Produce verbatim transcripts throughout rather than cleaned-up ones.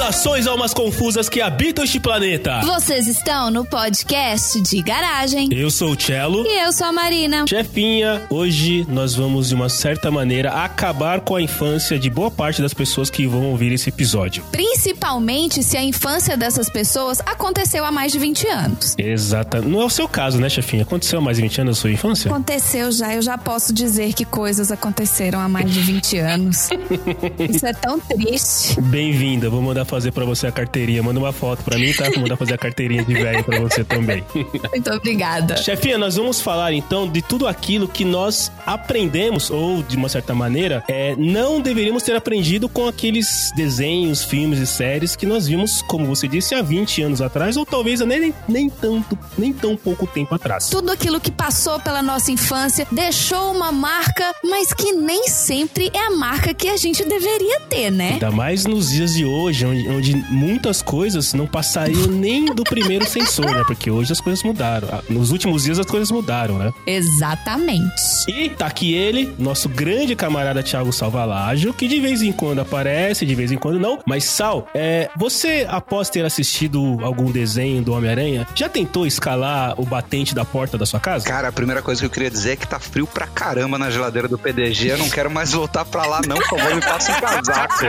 Saudações, almas confusas que habitam este planeta. Vocês estão no podcast de garagem. Eu sou o Cello. E eu sou a Marina. Chefinha, hoje nós vamos, de uma certa maneira, acabar com a infância de boa parte das pessoas que vão ouvir esse episódio. Principalmente se a infância dessas pessoas aconteceu há mais de vinte anos. Exato. Não é o seu caso, né, Chefinha? Aconteceu há mais de vinte anos a sua infância? Aconteceu já. Eu já posso dizer que coisas aconteceram há mais de vinte anos. Isso é tão triste. Bem-vinda. Vou mandar fazer pra você a carteirinha. Manda uma foto pra mim, tá? Vou mandar fazer a carteirinha de velho pra você também. Muito obrigada. Chefinha, nós vamos falar então de tudo aquilo que nós aprendemos, ou de uma certa maneira, é, não deveríamos ter aprendido com aqueles desenhos, filmes e séries que nós vimos, como você disse, há vinte anos atrás, ou talvez nem, nem tanto, nem tão pouco tempo atrás. Tudo aquilo que passou pela nossa infância deixou uma marca, mas que nem sempre é a marca que a gente deveria ter, né? Ainda mais nos dias de hoje, onde, onde muitas coisas não passariam nem do primeiro sensor, né? Porque hoje as coisas mudaram. Nos últimos dias as coisas mudaram, né? Exatamente. E tá aqui ele, nosso grande camarada Thiago Salvalágio, que de vez em quando aparece, de vez em quando não. Mas, Sal, é, você, após ter assistido algum desenho do Homem-Aranha, já tentou escalar o batente da porta da sua casa? Cara, a primeira coisa que eu queria dizer é que tá frio pra caramba na geladeira do P D G. Eu não quero mais voltar pra lá, não. Por favor, me passa um casaco.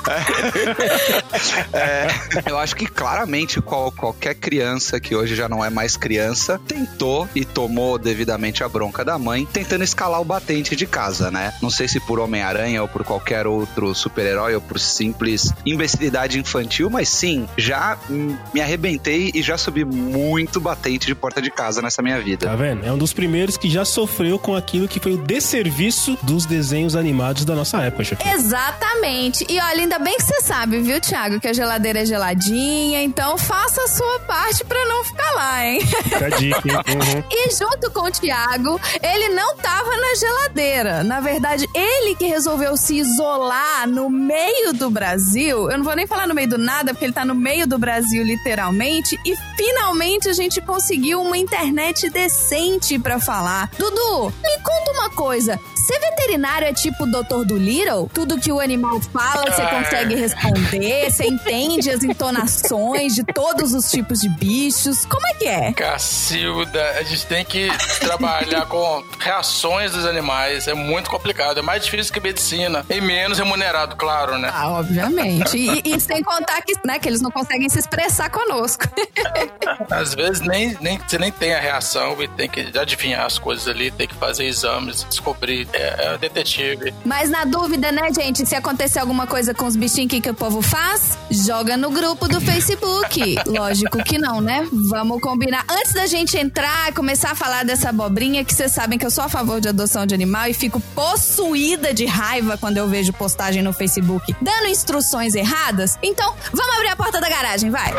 É, eu acho que claramente qual, qualquer criança que hoje já não é mais criança tentou e tomou devidamente a bronca da mãe tentando escalar o batente de casa, né? Não sei se por Homem-Aranha ou por qualquer outro super-herói ou por simples imbecilidade infantil, mas sim, já me arrebentei e já subi muito batente de porta de casa nessa minha vida. Tá vendo? É um dos primeiros que já sofreu com aquilo que foi o desserviço dos desenhos animados da nossa época, chefe. Exatamente. E olha, ainda bem que você sabe, viu, Thiago, que a geladeira é geladinha, então faça a sua parte pra não ficar lá, hein? Fica a dica, hein? Uhum. E junto com o Thiago, ele não tava na geladeira. Na verdade, ele que resolveu se isolar no meio do Brasil. Eu não vou nem falar no meio do nada, porque ele tá no meio do Brasil, literalmente. E finalmente a gente conseguiu uma internet decente pra falar. Dudu, me conta uma coisa. Ser veterinário é tipo o doutor Dolittle? Tudo que o animal fala, você consegue responder, você entende as entonações de todos os tipos de bichos. Como é que é? Cacilda, a gente tem que trabalhar com reações dos animais. É muito complicado. É mais difícil que medicina. E menos remunerado, claro, né? Ah, obviamente. E, e sem contar que, né, que eles não conseguem se expressar conosco. Às vezes nem, nem, você nem tem a reação e tem que adivinhar as coisas ali, tem que fazer exames, descobrir. É, é detetive. Mas na dúvida, né, gente? Se acontecer alguma coisa com os bichinhos, o que, que o povo faz? Joga no grupo do Facebook. Lógico que não, né? Vamos combinar. Antes da gente entrar e começar a falar dessa abobrinha, que vocês sabem que eu sou a favor de adoção de animal e fico possuída de raiva quando eu vejo postagem no Facebook dando instruções erradas. Então, vamos abrir a porta da garagem, vai!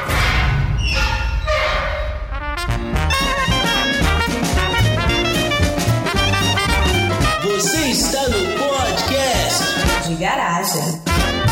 Você está no podcast de garagem.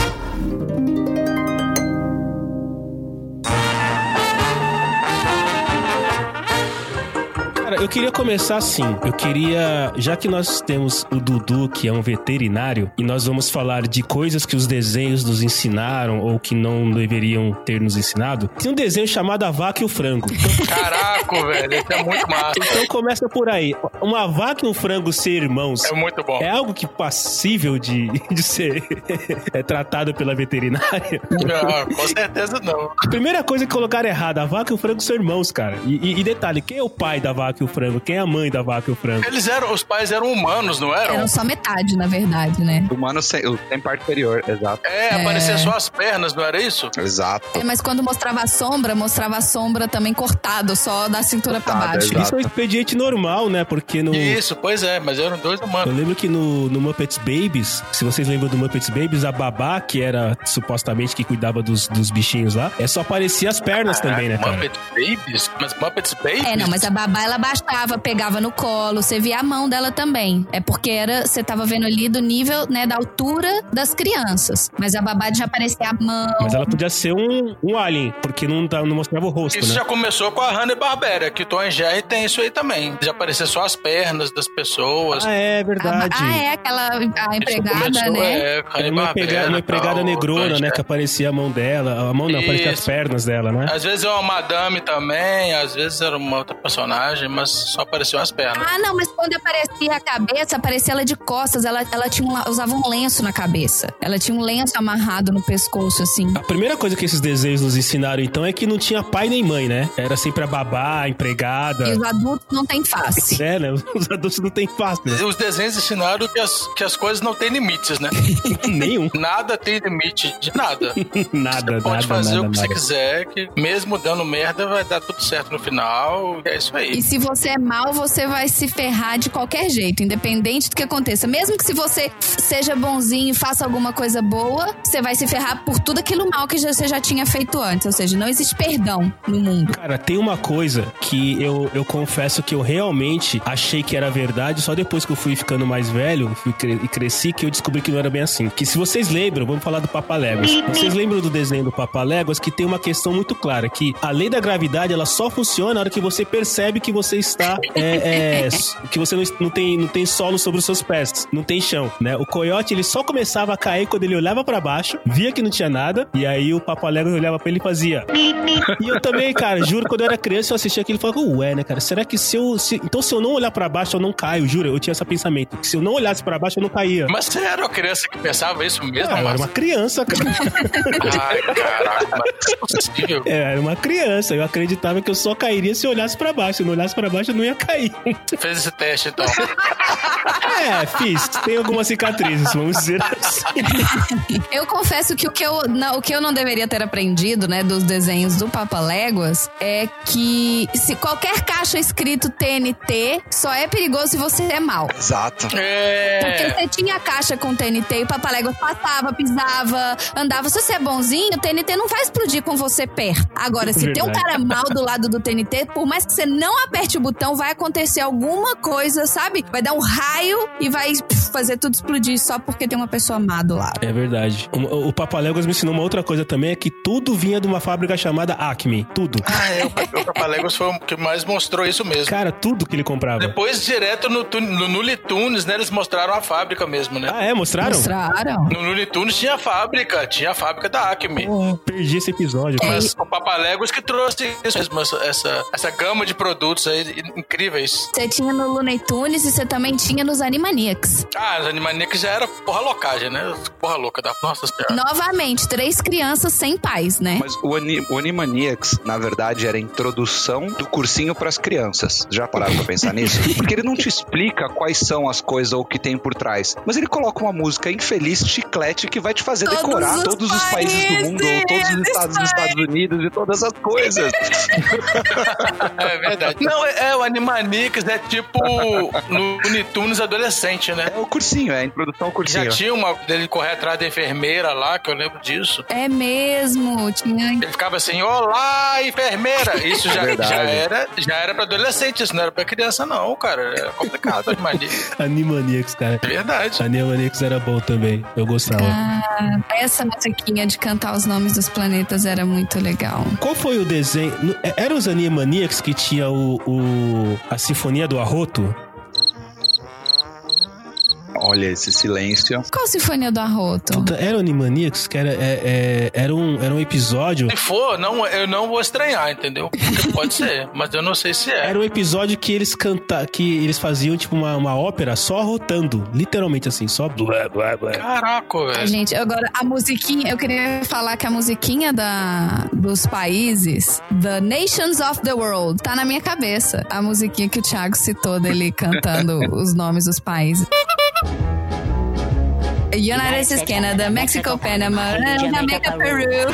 Cara, eu queria começar assim. Eu queria, já que nós temos o Dudu, que é um veterinário, e nós vamos falar de coisas que os desenhos nos ensinaram ou que não deveriam ter nos ensinado, tem um desenho chamado A Vaca e o Frango. Caraca, velho, isso é muito massa. Então começa por aí. Uma vaca e um frango ser irmãos. É muito bom. É algo que passível de, de ser é, tratado pela veterinária? Não, com certeza não. A primeira coisa que colocaram errado, a vaca e o frango são irmãos, cara. E, e, e detalhe, quem é o pai da vaca e o frango? Quem é a mãe da vaca e o frango? Eles eram, os pais eram humanos, não eram? Eram só metade, na verdade, né? Humano sem, sem parte superior, exato. É, é, aparecia só as pernas, não era isso? Exato. É, mas quando mostrava a sombra, mostrava a sombra também cortado, só da cintura Cortado, pra baixo. exato. Isso é um expediente normal, né? Porque no... Isso, pois é, mas eram dois humanos. Eu lembro que no, no Muppets Babies, se vocês lembram do Muppets Babies, a babá, que era supostamente que cuidava dos, dos bichinhos lá, é só aparecia as pernas ah, também, né, cara? Muppets Babies? Mas Muppets Babies? É, não, mas a babá, ela baixava abaixava, pegava no colo, você via a mão dela também. É porque era, você tava vendo ali do nível, né, da altura das crianças. Mas a babá já aparecia a mão. Mas ela podia ser um, um alien, porque não, não mostrava o rosto, Isso né? já começou com a Hanna-Barbera, que o Tom e Jerry tem isso aí também. Já aparecia só as pernas das pessoas. Ah, é verdade. Ah, é, aquela a empregada, começou, né? É, Era uma empregada, uma empregada negrona, né? Que aparecia a mão dela. A mão não, Isso. aparecia as pernas dela, né? Às vezes é uma madame também, às vezes era uma outra personagem, mas só apareciam as pernas. Ah, não, mas quando aparecia a cabeça, aparecia ela de costas. Ela, ela tinha um, usava um lenço na cabeça. Ela tinha um lenço amarrado no pescoço, assim. A primeira coisa que esses desenhos nos ensinaram, então, é que não tinha pai nem mãe, né? Era sempre a babá, a empregada. E os adultos não têm face. É, né? Os adultos não têm face, né? Os desenhos ensinaram que as, que as coisas não têm limites, né? Nenhum. Nada tem limite de nada. Nada, Você pode nada, fazer nada, o que nada. você quiser, que mesmo dando merda, vai dar tudo certo no final. É isso aí. E se você é mal, você vai se ferrar de qualquer jeito, independente do que aconteça. Mesmo que se você seja bonzinho e faça alguma coisa boa, você vai se ferrar por tudo aquilo mal que já- você já tinha feito antes. Ou seja, não existe perdão no mundo. Cara, tem uma coisa que eu, eu confesso que eu realmente achei que era verdade, só depois que eu fui ficando mais velho fui cre- e cresci, que eu descobri que não era bem assim. Que se vocês lembram, vamos falar do Papaléguas. Vocês lembram do desenho do Papaléguas, que tem uma questão muito clara, que a lei da gravidade, ela só funciona na hora que você percebe que você está... é, é, que você não, não, tem, não tem solo sobre os seus pés, não tem chão, né? O coiote, ele só começava a cair quando ele olhava pra baixo, via que não tinha nada, e aí o Papaléguas olhava pra ele e fazia... E eu também, cara, juro, quando eu era criança, eu assistia aquilo e falava, ué, né, cara, será que se eu... Se, então se eu não olhar pra baixo, eu não caio, juro, eu tinha esse pensamento, que se eu não olhasse pra baixo, eu não caía. Mas você era uma criança que pensava isso mesmo, Ah, eu era Márcio? uma criança, cara. Ai, caraca, mas não é possível. É, eu era uma criança, eu acreditava que eu só cairia se eu olhasse pra baixo, se eu não olhasse pra baixo, eu não ia cair. Você fez esse teste, então. É, fiz, tem algumas cicatrizes, vamos dizer assim. Eu confesso que o que eu não, o que eu não deveria ter aprendido, né, dos desenhos do Papaléguas é que se qualquer caixa escrito T N T só é perigoso se você é mal. Exato. Porque É. você tinha a caixa com T N T e o Papaléguas passava, pisava, andava. Se você é bonzinho, o T N T não vai explodir com você perto. Agora, se tem um Verdade. cara mal do lado do T N T, por mais que você não aperte o botão, vai acontecer alguma coisa, sabe? Vai dar um raio e vai pff, fazer tudo explodir só porque tem uma pessoa má do lado. É verdade. O, o Papaléguas me ensinou uma outra coisa também, é que tudo vinha de uma fábrica chamada Acme. Tudo. Ah, é, o Papaléguas foi o que mais mostrou isso mesmo. Cara, tudo que ele comprava. Depois, direto no, tu- no, no Looney Tunes, né, eles mostraram a fábrica mesmo, né? Ah, é? Mostraram? Mostraram. No Looney Tunes tinha a fábrica, tinha a fábrica da Acme. Porra, perdi esse episódio. Mas o Papaléguas que trouxe isso mesmo, essa, essa, essa gama de produtos aí incríveis. Você tinha no Looney Tunes e você também tinha nos Animaniacs. Ah, os Animaniacs já era porra loucagem, né? Porra louca da nossa senhora. Novamente, três crianças sem pais, né? Mas o, Ani- o Animaniacs, na verdade, era a introdução do cursinho pras crianças. Já pararam pra pensar nisso? Porque ele não te explica quais são as coisas ou o que tem por trás. Mas ele coloca uma música infeliz, chiclete, que vai te fazer Todos decorar os todos os países do mundo, ou todos os estados dos Estados Unidos e todas as coisas. É verdade. Não, é, é o Animaniacs é tipo no Looney Tunes adolescente, né? É o cursinho, é a introdução ao cursinho. Já tinha uma dele correr atrás da enfermeira lá, que eu lembro disso. É mesmo, tinha... Ele ficava assim, olá, enfermeira! Isso já, Verdade. já era já era pra adolescente, isso não era pra criança não, cara. Era complicado, Animaniacs. Animaniacs, cara. É verdade. Animaniacs era bom também. Eu gostava. Ah, essa musiquinha de cantar os nomes dos planetas era muito legal. Qual foi o desenho? no- Era os Animaniacs que tinha o, o- a Sinfonia do Arroto? Olha esse silêncio. Qual Sinfonia do Arroto? Puta, era o Animaniacs que era, é- é- era, um, era um episódio. Se for, não, eu não vou estranhar, entendeu? Porque pode ser, mas eu não sei se é. Era um episódio que eles canta, que eles faziam tipo uma, uma ópera só arrotando. Literalmente assim, só blá, blá, blá. Caraca, Ai, velho. gente, agora a musiquinha, eu queria falar que a musiquinha da, dos países, The Nations of the World, tá na minha cabeça. A musiquinha que o Thiago citou dele cantando os nomes dos países. United States, Canada, Mexico, Panama, Jamaica, Peru,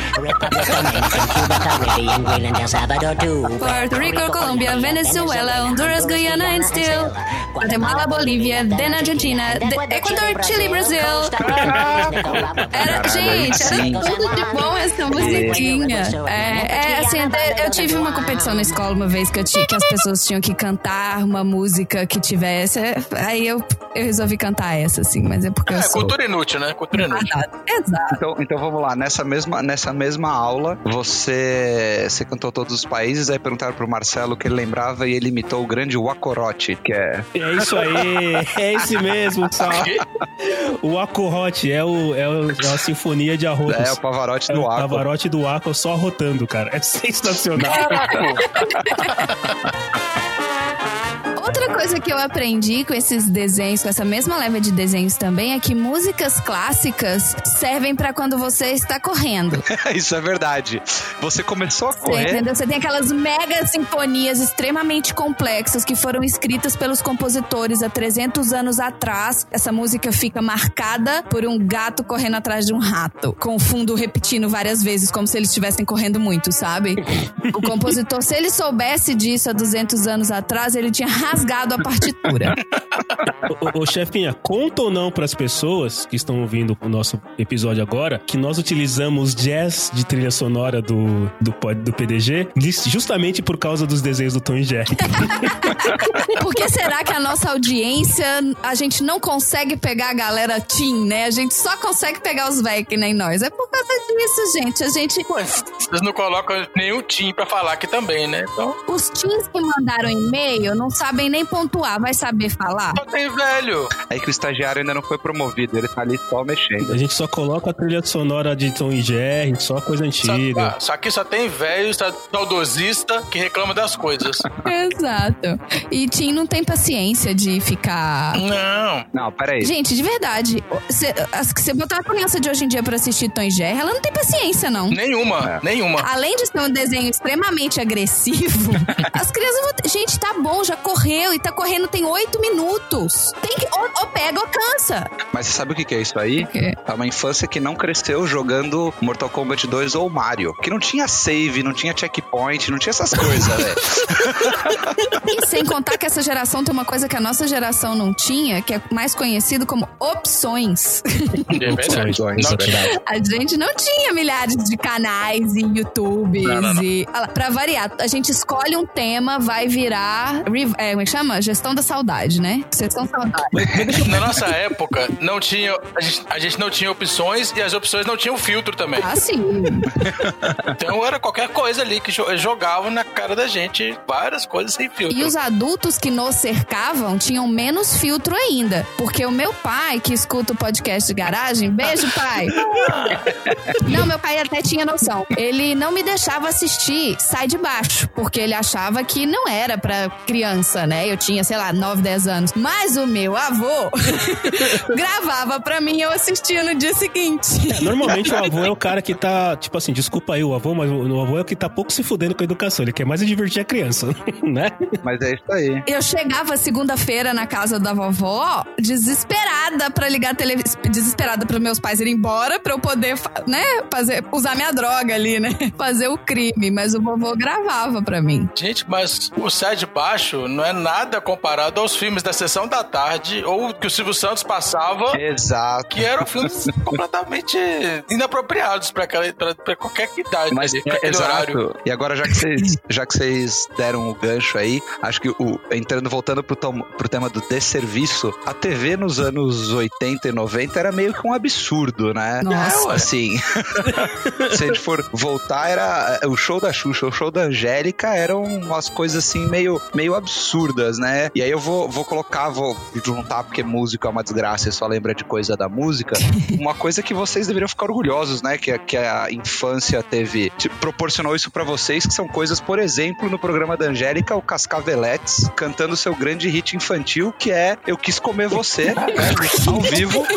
Puerto Rico, Colombia, Venezuela, Honduras, Guyana and still Guatemala, Bolívia, then Argentina, de- Equador, Chile, Brasil. Era, gente, era tudo de bom essa musiquinha. É, é assim, eu tive uma competição na escola uma vez que, eu tinha, que as pessoas tinham que cantar uma música que tivesse. Aí eu, eu resolvi cantar essa, assim, mas é porque eu É, sou... cultura inútil, né? Cultura inútil. Exato. Exato. Então, então vamos lá, nessa mesma, nessa mesma aula, você, você cantou todos os países, aí perguntaram pro Marcelo que ele lembrava e ele imitou o grande Wakorote, que é... É isso aí, é esse mesmo, Sal. O Akorote é, o, é, o, é a sinfonia de arrotos. É, o Pavarotti É do o Aqua. Pavarotti do Aqua só arrotando, cara. É sensacional. Outra coisa que eu aprendi com esses desenhos, com essa mesma leva de desenhos também, é que músicas clássicas servem pra quando você está correndo. Isso é verdade. Você começou a Você, correr... entendeu? Você tem aquelas mega sinfonias extremamente complexas que foram escritas pelos compositores há trezentos anos atrás. Essa música fica marcada por um gato correndo atrás de um rato, com o fundo repetindo várias vezes, como se eles estivessem correndo muito, sabe? O compositor, se ele soubesse disso há duzentos anos atrás, ele tinha rasgado a partitura. Ô, ô, chefinha, conta ou não pras pessoas que estão ouvindo o nosso episódio agora que nós utilizamos jazz de trilha sonora do, do, do P D G justamente por causa dos desenhos do Tom e Jerry. Por que será que a nossa audiência, a gente não consegue pegar a galera teen, né? A gente só consegue pegar os velhos que nem nós. É por causa disso, gente. A gente... Vocês não colocam nenhum team pra falar aqui também, né? Então, Os teens que mandaram e-mail não sabem nem pontuar. Vai saber falar? só tem velho. É que o estagiário ainda não foi promovido, ele tá ali só mexendo. A gente só coloca a trilha sonora de Tom e Jerry, só coisa Só, antiga. ah, só aqui só tem velho, saudosista que reclama das coisas. Exato. E teen não tem paciência de ficar... Não. Não, peraí. Gente, de verdade, você botar uma criança de hoje em dia pra assistir Tom e Jerry, ela não tem paciência, não. Nenhuma, É. nenhuma. Além de ser um desenho extremamente agressivo, as crianças vão... Gente, tá bom, já correu e tá correndo tem oito minutos. Tem que... Ou, ou pega ou cansa. Mas você sabe o que que é isso aí? O quê? É uma infância que não cresceu jogando Mortal Kombat dois ou Mario. Que não tinha save, não tinha checkpoint, não tinha essas coisas, velho. E sem contar que essa geração tem uma coisa que a nossa geração não tinha, que é mais conhecido como opções. É verdade. Opções, Não é verdade. A gente não tinha milhares de canais e YouTubes Não, não, não. e... Olha lá, pra variar, a gente escolhe um tema, vai virar... É, como é que chama? Gestão da saudade, né? Gestão da saudade. Na nossa época, não tinha, a, gente, a gente não tinha opções e as opções não tinham filtro também. Ah, sim. Então era qualquer coisa ali que jo- jogavam na cara da gente, várias coisas sem filtro. E os adultos que nos cercavam tinham menos filtro ainda. Porque o meu pai, que escuta o podcast de garagem, beijo, pai. Não, meu pai até tinha noção. Ele não me deixava assistir Sai de Baixo, porque ele achava que não era pra criança, né? Eu tinha, sei lá, nove, dez anos. Mas o meu avô gravava pra mim e eu assistia no dia seguinte. Normalmente o avô é o cara que tá, tipo assim, desculpa aí o avô, mas o, o avô é o que tá pouco se fudendo com a educação. Ele quer mais é divertir a criança, né? Mas é isso aí. Eu chegava segunda-feira na casa da vovó, desesperada pra ligar a televisão, desesperada pros meus pais irem embora pra eu poder, né, fazer, usar minha droga ali, né, fazer o crime. Mas o vovô gravava pra mim. Gente, mas o Sai de Baixo não é nada comparado aos filmes da Sessão da Tarde ou que o Silvio Santos passava, Exato. que eram filmes completamente inapropriados pra, aquela, pra, pra qualquer idade. Mas ali, é, pra aquele horário. exato. E agora, já que vocês, já que vocês deram o gancho aí, acho que o, entrando, voltando pro, tom, pro tema do desserviço, a T V nos anos oitenta e noventa era meio que um absurdo, né? Nossa. Assim, se a gente for voltar, era o show da Xuxa, o show da Angélica eram umas coisas assim meio, meio absurdas, né? E aí eu vou, vou colocar, vou juntar, porque música é uma desgraça e só lembra de coisa da música, uma coisa que vocês deveriam ficar orgulhosos, né? Que, que a infância teve, tipo, proporcionou isso pra vocês, que são coisas, por exemplo, no programa da Angélica, o Cascaveletes cantando seu grande hit infantil, que é Eu Quis Comer Você, né? Ao vivo,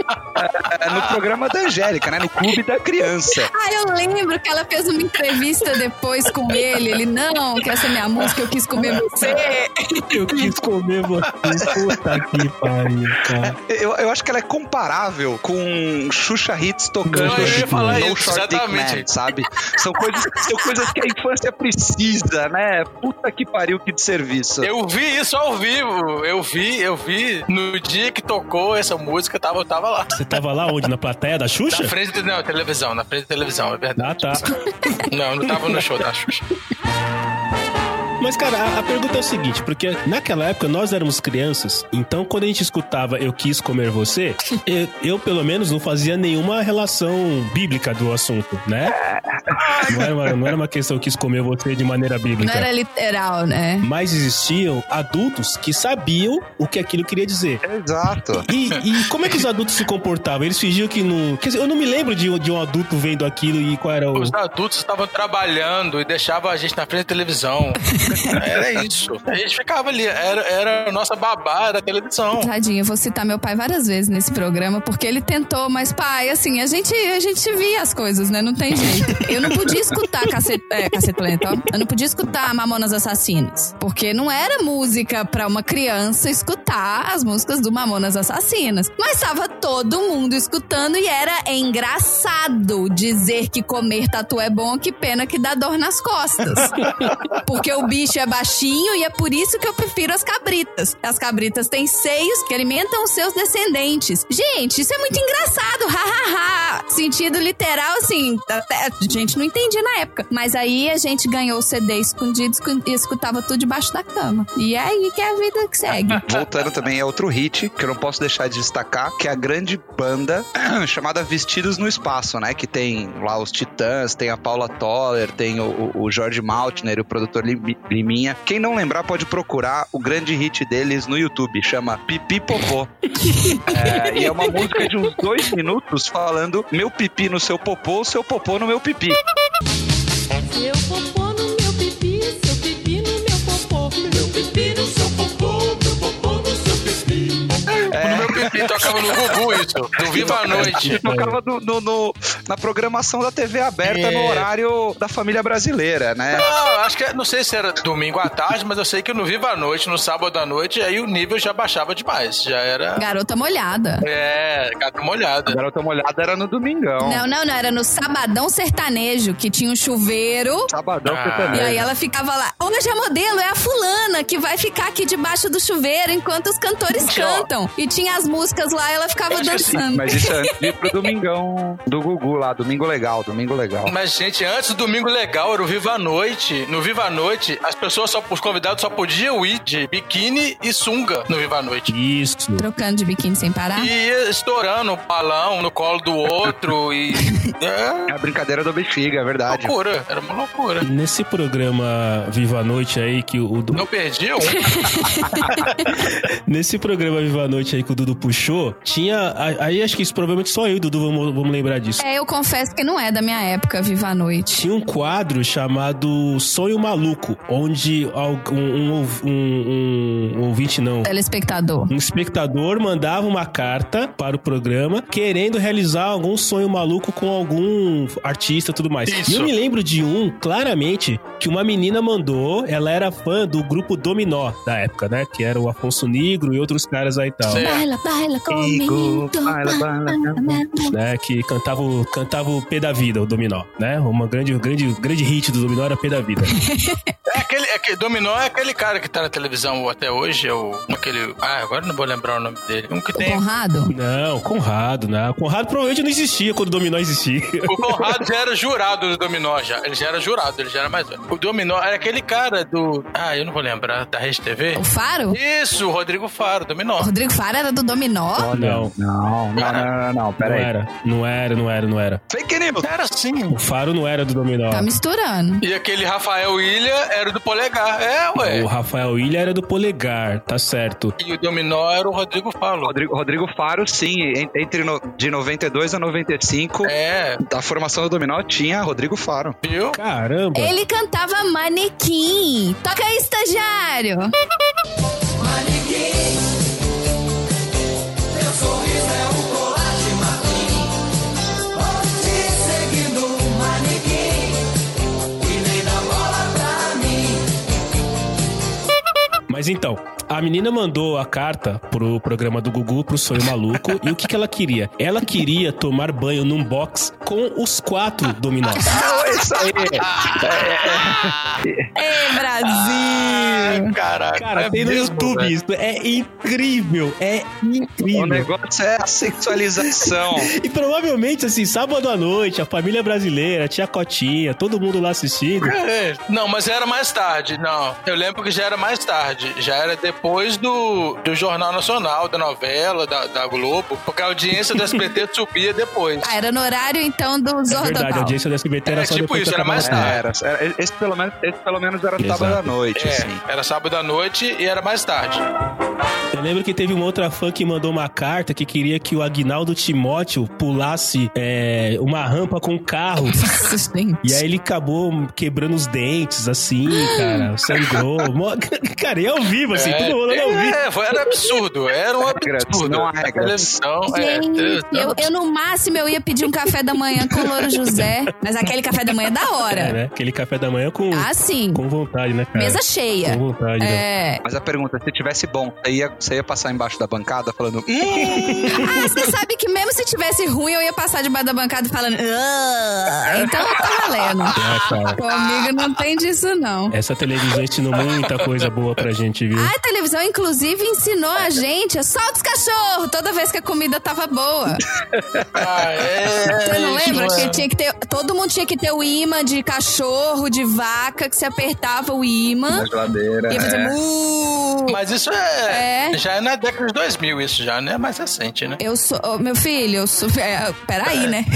é, no programa da Angélica, né? No Clube da Criança. Ah, eu lembro que ela fez uma entrevista depois com ele. Ele, não, que essa é minha música, eu quis comer você. Eu quis comer você. Puta que pariu, cara. Eu, eu acho que ela é comparável com Xuxa Hits tocando Não, eu ia falar No isso, Short Dick exatamente. Man, sabe? São coisas, são coisas que a infância precisa, né? Puta que pariu, que de serviço. Eu vi isso ao vivo. Eu vi, eu vi. No dia que tocou essa música, eu tava, eu tava lá. Você tava lá onde? Na plateia da Xuxa? Na frente, não, televisão, na frente da televisão, é verdade. Ah, tá. Não, não tava no show da Xuxa. Mas, cara, a, a pergunta é o seguinte, porque naquela época nós éramos crianças, então quando a gente escutava Eu Quis Comer Você, eu, eu pelo menos não fazia nenhuma relação bíblica do assunto, né? Não era uma, não era uma questão Eu Quis Comer Você de maneira bíblica. Não era literal, né? Mas existiam adultos que sabiam o que aquilo queria dizer. Exato. E, e como é que os adultos se comportavam? Eles fingiam que não... Quer dizer, eu não me lembro de, de um adulto vendo aquilo e qual era o... Os adultos estavam trabalhando e deixavam a gente na frente da televisão. Era isso. A gente ficava ali. Era, era a nossa babá da televisão. Tadinho, eu vou citar meu pai várias vezes nesse programa, porque ele tentou, mas pai, assim, a gente, a gente via as coisas, né? Não tem jeito. Eu não podia escutar cacete, é, Cacetolento, ó. Eu não podia escutar Mamonas Assassinas, porque não era música pra uma criança escutar as músicas do Mamonas Assassinas. Mas tava todo mundo escutando e era engraçado dizer que comer tatu é bom, que pena que dá dor nas costas. Porque o bicho é baixinho e é por isso que eu prefiro as cabritas. As cabritas têm seios que alimentam os seus descendentes. Gente, isso é muito engraçado, hahaha. Sentido literal, assim, até, a gente não entendia na época. Mas aí a gente ganhou o C D escondido e escutava tudo debaixo da cama. E é aí que é a vida que segue. Voltando também é outro hit, que eu não posso deixar de destacar, que é a grande banda chamada Vestidos no Espaço, né? Que tem lá os Titãs, tem a Paula Toller, tem o, o Jorge Maltner, o produtor Liminha. Quem não lembrar pode procurar o grande hit deles no YouTube, chama Pipi Popô. É, e é uma música de uns dois minutos falando meu pipi no seu popô, seu popô no meu pipi. Seu popô no meu pipi, seu pipi no meu popô, meu pipi no seu popô, meu popô no seu pipi. É. No meu pipi tocava no Gugu isso, do Viva a Noite. Tocava no, no, no, na programação da T V aberta É. no horário da família brasileira, né? Não, acho que, não sei se era domingo à tarde, mas eu sei que no Viva a Noite, no sábado à noite, aí o nível já baixava demais, já era... Garota molhada. É, gata molhada. A Garota Molhada era no domingão. Não, não, não. Era no Sabadão Sertanejo, que tinha um chuveiro. Sabadão Ah. sertanejo. E aí ela ficava lá, hoje a modelo é a fulana que vai ficar aqui debaixo do chuveiro enquanto os cantores Tchau. cantam. E tinha as músicas lá, ela ficava Eu esqueci, dançando. Mas isso é antes de ir pro domingão do Gugu lá, domingo legal, domingo legal. Mas, gente, antes do Domingo Legal, era o Viva a Noite. No Viva a Noite, as pessoas, só, os convidados só podiam ir de biquíni e sunga no Viva a Noite. Isso. Trocando de biquíni sem parar. E ia estourando o balão no colo do outro e... É É, a brincadeira do bexiga, é verdade. loucura, era uma loucura. Nesse programa Viva a Noite aí, que o... o Não perdi um. Nesse programa Viva a Noite aí que o Dudu puxou, tinha... Aí acho que isso provavelmente só eu e o Dudu vamos, vamos lembrar disso. É, eu confesso que não é da minha época, Viva a Noite. Tinha um quadro chamado Sonho Maluco, onde algum- um, um, um, um ouvinte, não, Telespectador. um espectador mandava uma carta para o programa querendo realizar algum sonho maluco com algum artista e tudo mais. Isso. E eu me lembro de um, claramente, que uma menina mandou, ela era fã do grupo Dominó da época, né? Que era o Afonso Negro e outros caras aí e tal. Sim. Baila, baila comigo. baila, baila, Né, que cantava o, cantava o P da Vida, o Dominó, né? Uma grande, grande, grande hit do Dominó era P da Vida. É aquele, é aquele- Dominó é aquele cara que tá na televisão até hoje, é o, aquele... Ah, agora não vou lembrar o nome dele. Um que O tem... Conrado? Não, Conrado, né? Conrado provavelmente não existia quando o Dominó existia. O Conrado já era jurado do Dominó, já. Ele já era jurado, ele já era mais velho. O Dominó era aquele cara do... Ah, eu não vou lembrar, da Rede T V? O Faro? Isso, o Rodrigo Faro, Dominó. O Rodrigo Faro era do Dominó? Não, Não, não, não, não, não, não pera aí. era. Não era, não era, não era. Fake news. Era assim. O Faro não era do Dominó. Tá misturando. E aquele Rafael Ilha era do Polegar. É, ué. O Rafael Ilha era do Polegar, tá certo. E o Dominó era o Rodrigo Faro. Rodrigo, Rodrigo Faro, sim, en- entre no- de noventa e dois a noventa e cinco, É, a formação do Dominó tinha Rodrigo Faro. viu? Caramba. Ele cantava Manequim. Toca aí, estagiário. Mas então, A menina mandou a carta pro programa do Gugu, pro Sonho Maluco, e o que, que ela queria? Ela queria tomar banho num box com os quatro dominós. Não, isso aí. Ei, Brasil! Caraca, Cara, é tem no mesmo, YouTube velho. isso. É incrível, é incrível. O negócio é a sexualização. E provavelmente, assim, sábado à noite, a família brasileira, a tia Cotinha, todo mundo lá assistindo. É. Não, mas era mais tarde, não. Eu lembro que já era mais tarde. Já era depois do, do Jornal Nacional, da novela, da, da Globo, porque a audiência do S B T subia depois. Ah, era no horário, então, do É Zorro verdade, a Total. audiência da S B T era É, só tipo depois isso, que era acabava mais a tarde. novela. Era, era- esse, pelo menos, esse pelo menos era Exato. sábado à noite, É, assim. era sábado à noite e era mais tarde. Eu lembro que teve uma outra fã que mandou uma carta que queria que o Aguinaldo Timóteo pulasse é, uma rampa com um carro. Nossa, gente. E aí ele acabou quebrando os dentes, assim, cara. Sangrou. Mó- Cara, e ao vivo, assim, é, tudo rolando ao vivo. é, foi, era absurdo, era um Regras, absurdo. não há A regras. televisão, é, Gente, televisão. eu, eu no máximo eu ia pedir um café da manhã com o Louro José, mas aquele café da manhã é da É, hora. né? Aquele café da manhã com, Ah, sim. com vontade, né, cara? Mesa cheia. Com vontade, né? É. Mas a pergunta, se tivesse bom, você ia, você ia passar embaixo da bancada falando... Hum, Ah, você sabe que mesmo se tivesse ruim, eu ia passar debaixo da bancada falando. "Ah". Então tá valendo. É, cara. Comigo não tem disso, não. Essa televisão ensinou muita coisa boa pra gente, viu? A televisão, inclusive, ensinou a gente a solta os cachorros toda vez que a comida tava boa. Ah, é, Você não isso lembra é. que tinha que ter. Todo mundo tinha que ter o imã de cachorro, de vaca, que você apertava o imã na geladeira. e ia fazer é. mu. Mas isso é, É. já é na década de dois mil, isso já, né? Mais recente, né? Eu sou. ô, meu filho, eu sou. É, peraí, né?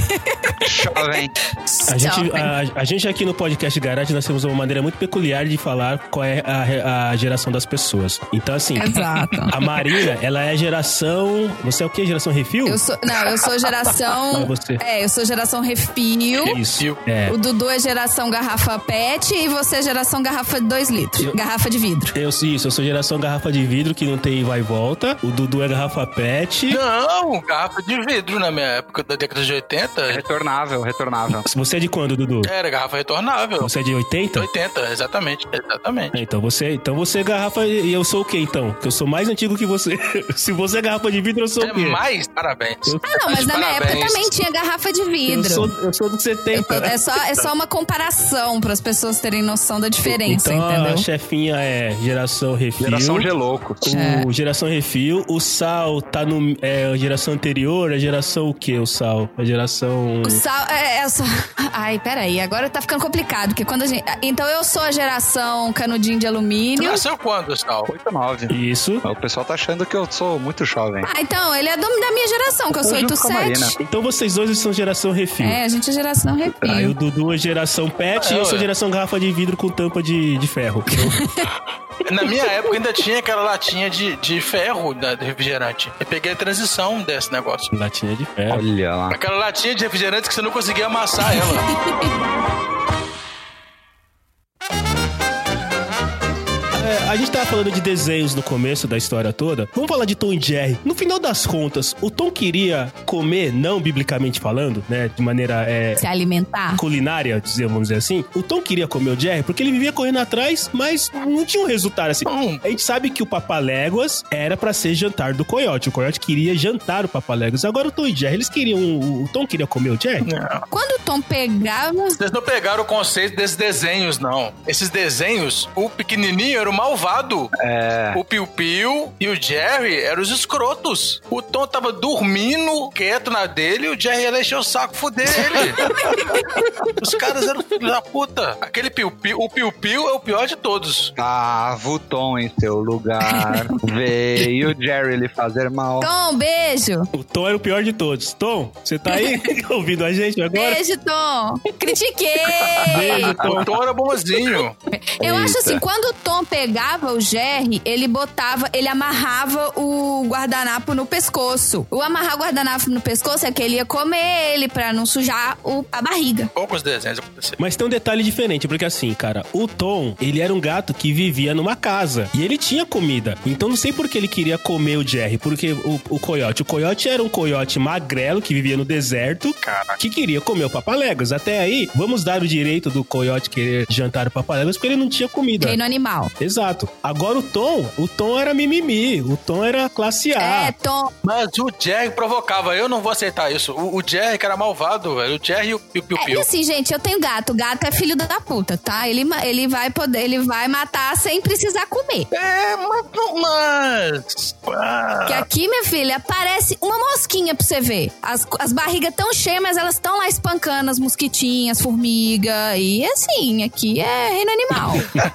Jovem. A gente, Jovem. a, a gente aqui no podcast Garage, nós temos uma maneira muito peculiar de falar qual é a, a geração das pessoas. Então, assim, Exato. a Marina, ela é geração... Você é o quê? Geração refil? Eu sou. Não, eu sou geração. Não, você. É, eu sou geração refil. Isso. É. O Dudu é geração garrafa pet e você é geração garrafa de dois litros. Eu- Garrafa de vidro. Eu, isso, eu sou geração garrafa de vidro, que não tem vai e volta. O Dudu é garrafa pet. Não, garrafa de vidro na minha época, da década de oitenta. Retornável, retornável. Você é de quando, Dudu? Era garrafa retornável. Você é de oitenta? oitenta, exatamente, exatamente. É, Então você, então você é garrafa e eu sou o quê, então? Que eu sou mais antigo que você. Se você é garrafa de vidro, eu sou É o quê? mais, parabéns. Eu- Ah, não, mas na minha época Parabéns. também tinha garrafa de Eu vidro. sou, eu sou do setenta. É só, é só uma comparação para as pessoas terem noção da diferença, Então entendeu? a chefinha é geração refil. Geração Geloco. É. O geração refil. O Sal tá no. É a geração anterior. A geração o quê, o Sal? A geração. O sal. É, é só... Ai, peraí, agora tá ficando complicado, porque quando a gente. Então eu sou a geração canudinho de Você alumínio. nasceu quando, Sal? oito nove. Isso. O pessoal tá achando que eu sou muito jovem. Ah, então, ele é do- da minha geração, que eu sou Junto com a oitenta e Marina. sete. Então vocês dois são geração refil. É, a gente é geração Aí o refil. Dudu é geração pet Ah, e eu sou é. geração garrafa de vidro com tampa de, de ferro. Na minha época ainda tinha aquela latinha de, de ferro da, do refrigerante. Eu peguei a transição desse negócio. Latinha de ferro. Olha lá. Aquela latinha de refrigerante que você não conseguia amassar ela. É, a gente tava falando de desenhos no começo da história toda. Vamos falar de Tom e Jerry. No final das contas, o Tom queria comer, não biblicamente falando, né? De maneira é, Se alimentar. culinária, dizer- vamos dizer assim. O Tom queria comer o Jerry porque ele vivia correndo atrás, mas não tinha um resultado assim. Hum. A gente sabe que o Papaléguas era pra ser jantar do Coyote. O Coyote queria jantar o Papaléguas. Agora o Tom e Jerry, eles queriam... O, o Tom queria comer o Jerry? Não. Quando o Tom pegava. Vocês não pegaram o conceito desses desenhos, não. Esses desenhos, o pequenininho era o malvado. É. O Piu Piu e o Jerry eram os escrotos. O Tom tava dormindo, quieto na dele, e o Jerry ia encher o saco, fuder ele. Os caras eram filhos da puta. Aquele Piu Piu, o Piu Piu é o pior de todos. Tava o Tom em seu lugar. Veio o Jerry lhe fazer mal. Tom, beijo. O Tom era o pior de todos. Tom, você tá aí ouvindo a gente agora? Beijo, Tom. Critiquei. Beijo, Tom. O Tom era bonzinho. Eu acho Eita. assim, quando o Tom pegava o Jerry, ele botava, ele amarrava o guardanapo no pescoço. O amarrar o guardanapo no pescoço é que ele ia comer ele pra não sujar o- a barriga. Poucos desenhos aconteceram. Mas tem um detalhe diferente, porque assim, cara, o Tom, ele era um gato que vivia numa casa. E ele tinha comida. Então não sei por que ele queria comer o Jerry, porque o, o Coyote. O Coyote era um coiote magrelo que vivia no deserto, Caraca. que queria comer o Papaléguas. Até aí, vamos dar o direito do Coyote querer jantar o Papaléguas, porque ele não tinha comida. Reino animal. Exato. Agora Agora o Tom, o Tom era mimimi, o Tom era classe A. É, Tom. Mas o Jerry provocava, eu não vou aceitar isso. O, o Jerry que era malvado, velho. O Jerry e o Piu Piu É, Piu. e assim, gente, eu tenho gato. O gato é filho da puta, tá? Ele, ma- ele vai poder, ele vai matar sem precisar comer. É, mas... mas... Ah. Que aqui, minha filha, aparece uma mosquinha pra você ver. As, as barrigas tão cheias, mas elas estão lá espancando as mosquitinhas, formiga. E assim, aqui é reino animal.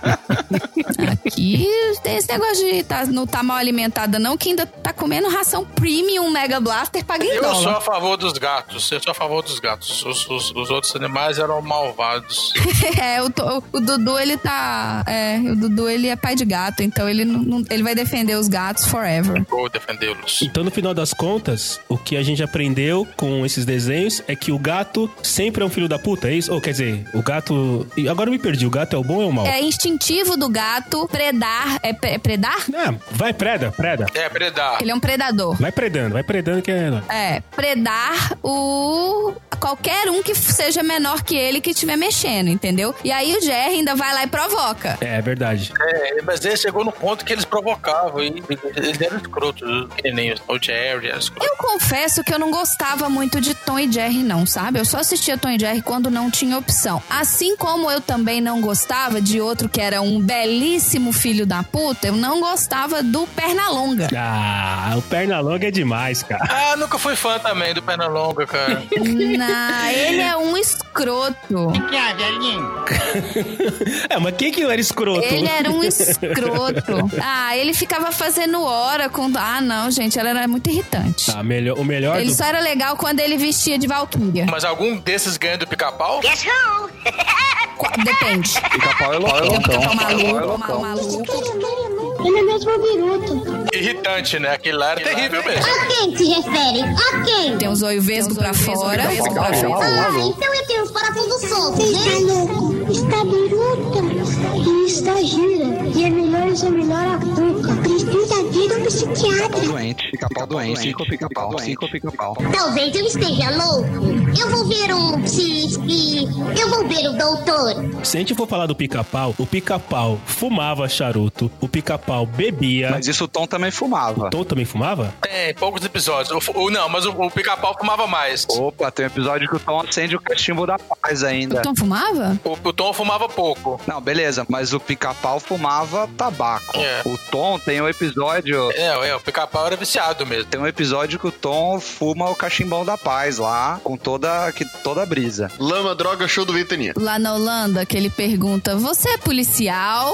Aqui tem esse negócio de tá, não tá mal alimentada, não, que ainda tá comendo ração premium Mega Blaster paga em Eu sou dólar. a favor dos gatos. Eu sou a favor dos gatos. Os, os, os outros animais eram malvados. É, o, to- o Dudu, ele tá. É, o Dudu, ele é pai de gato, então ele, não, não- ele vai defender os gatos forever. Vou defendê-los. Então, no final das contas, o que a gente aprendeu com esses desenhos é que o gato sempre é um filho da puta, é isso? Ou quer dizer, o gato... e agora eu me perdi, o gato é o bom ou é o mal? É instintivo do gato predar. É, pre- é predar? Ah, vai, preda, preda. É, predar. Ele é um predador. Vai predando, vai predando que é... É, predar o qualquer um que seja menor que ele que estiver mexendo, entendeu? E aí o Jerry ainda vai lá e provoca. É, é verdade. É, mas ele chegou no ponto que eles provocavam. E eles eram escrotos, os pequenininhos. O Jerry era escroto. Eu confesso que eu não gostava muito de Tom e Jerry, não, sabe? Eu só assistia Tom e Jerry quando não tinha opção. Assim como eu também não gostava de outro que era um belíssimo filho da puta, eu não gostava do Pernalonga. Ah, o Pernalonga é demais, cara. Ah, nunca fui fã também do Pernalonga, cara. Não, ele é um escroto. É, mas quem que era escroto? Ele era um escroto. Ah, ele ficava fazendo hora com... Ah, não, gente, ela era muito irritante. Ah, melhor, o melhor Ele do... só era legal quando ele vestia de Valkyria. Mas algum desses ganha do pica-pau? Qu- Depende. Pica-pau é Tem um loucão. pica-pau maluco, Pica-pau é maluco. Ele é mesmo biruto. Irritante, né? Aquele lá era terrível mesmo. A quem se refere? A quem? Tem os olhos vesgos pra fora. Ah, então eu tenho os parafusos soltos, né? Está louco, está biruta e está gira. E é melhor ser melhor a boca. Precisa vir um psiquiatra. doente. Pica-pau doente. Cinco pica-pau. Cinco pica-pau. Talvez eu esteja louco. Eu vou ver um psiqui. Eu vou ver o doutor. Se a gente for falar do pica-pau, o pica-pau fumava charuto, o pica-pau bebia... Mas isso o Tom também fumava. O Tom também fumava? Tem poucos episódios. O, o- não, mas o, o pica-pau fumava mais. Opa, tem um episódio que o Tom acende o cachimbo da paz ainda. O Tom fumava? O, o Tom fumava pouco. Não, beleza, mas o pica-pau fumava tabaco. É. O Tom tem um episódio... É, é, o pica-pau era viciado mesmo. Tem um episódio que o Tom fuma o cachimbão da paz lá, com toda, que, toda a brisa. Lama, droga, show do Ventania. Lá na Holanda, que ele pergunta: você é policial?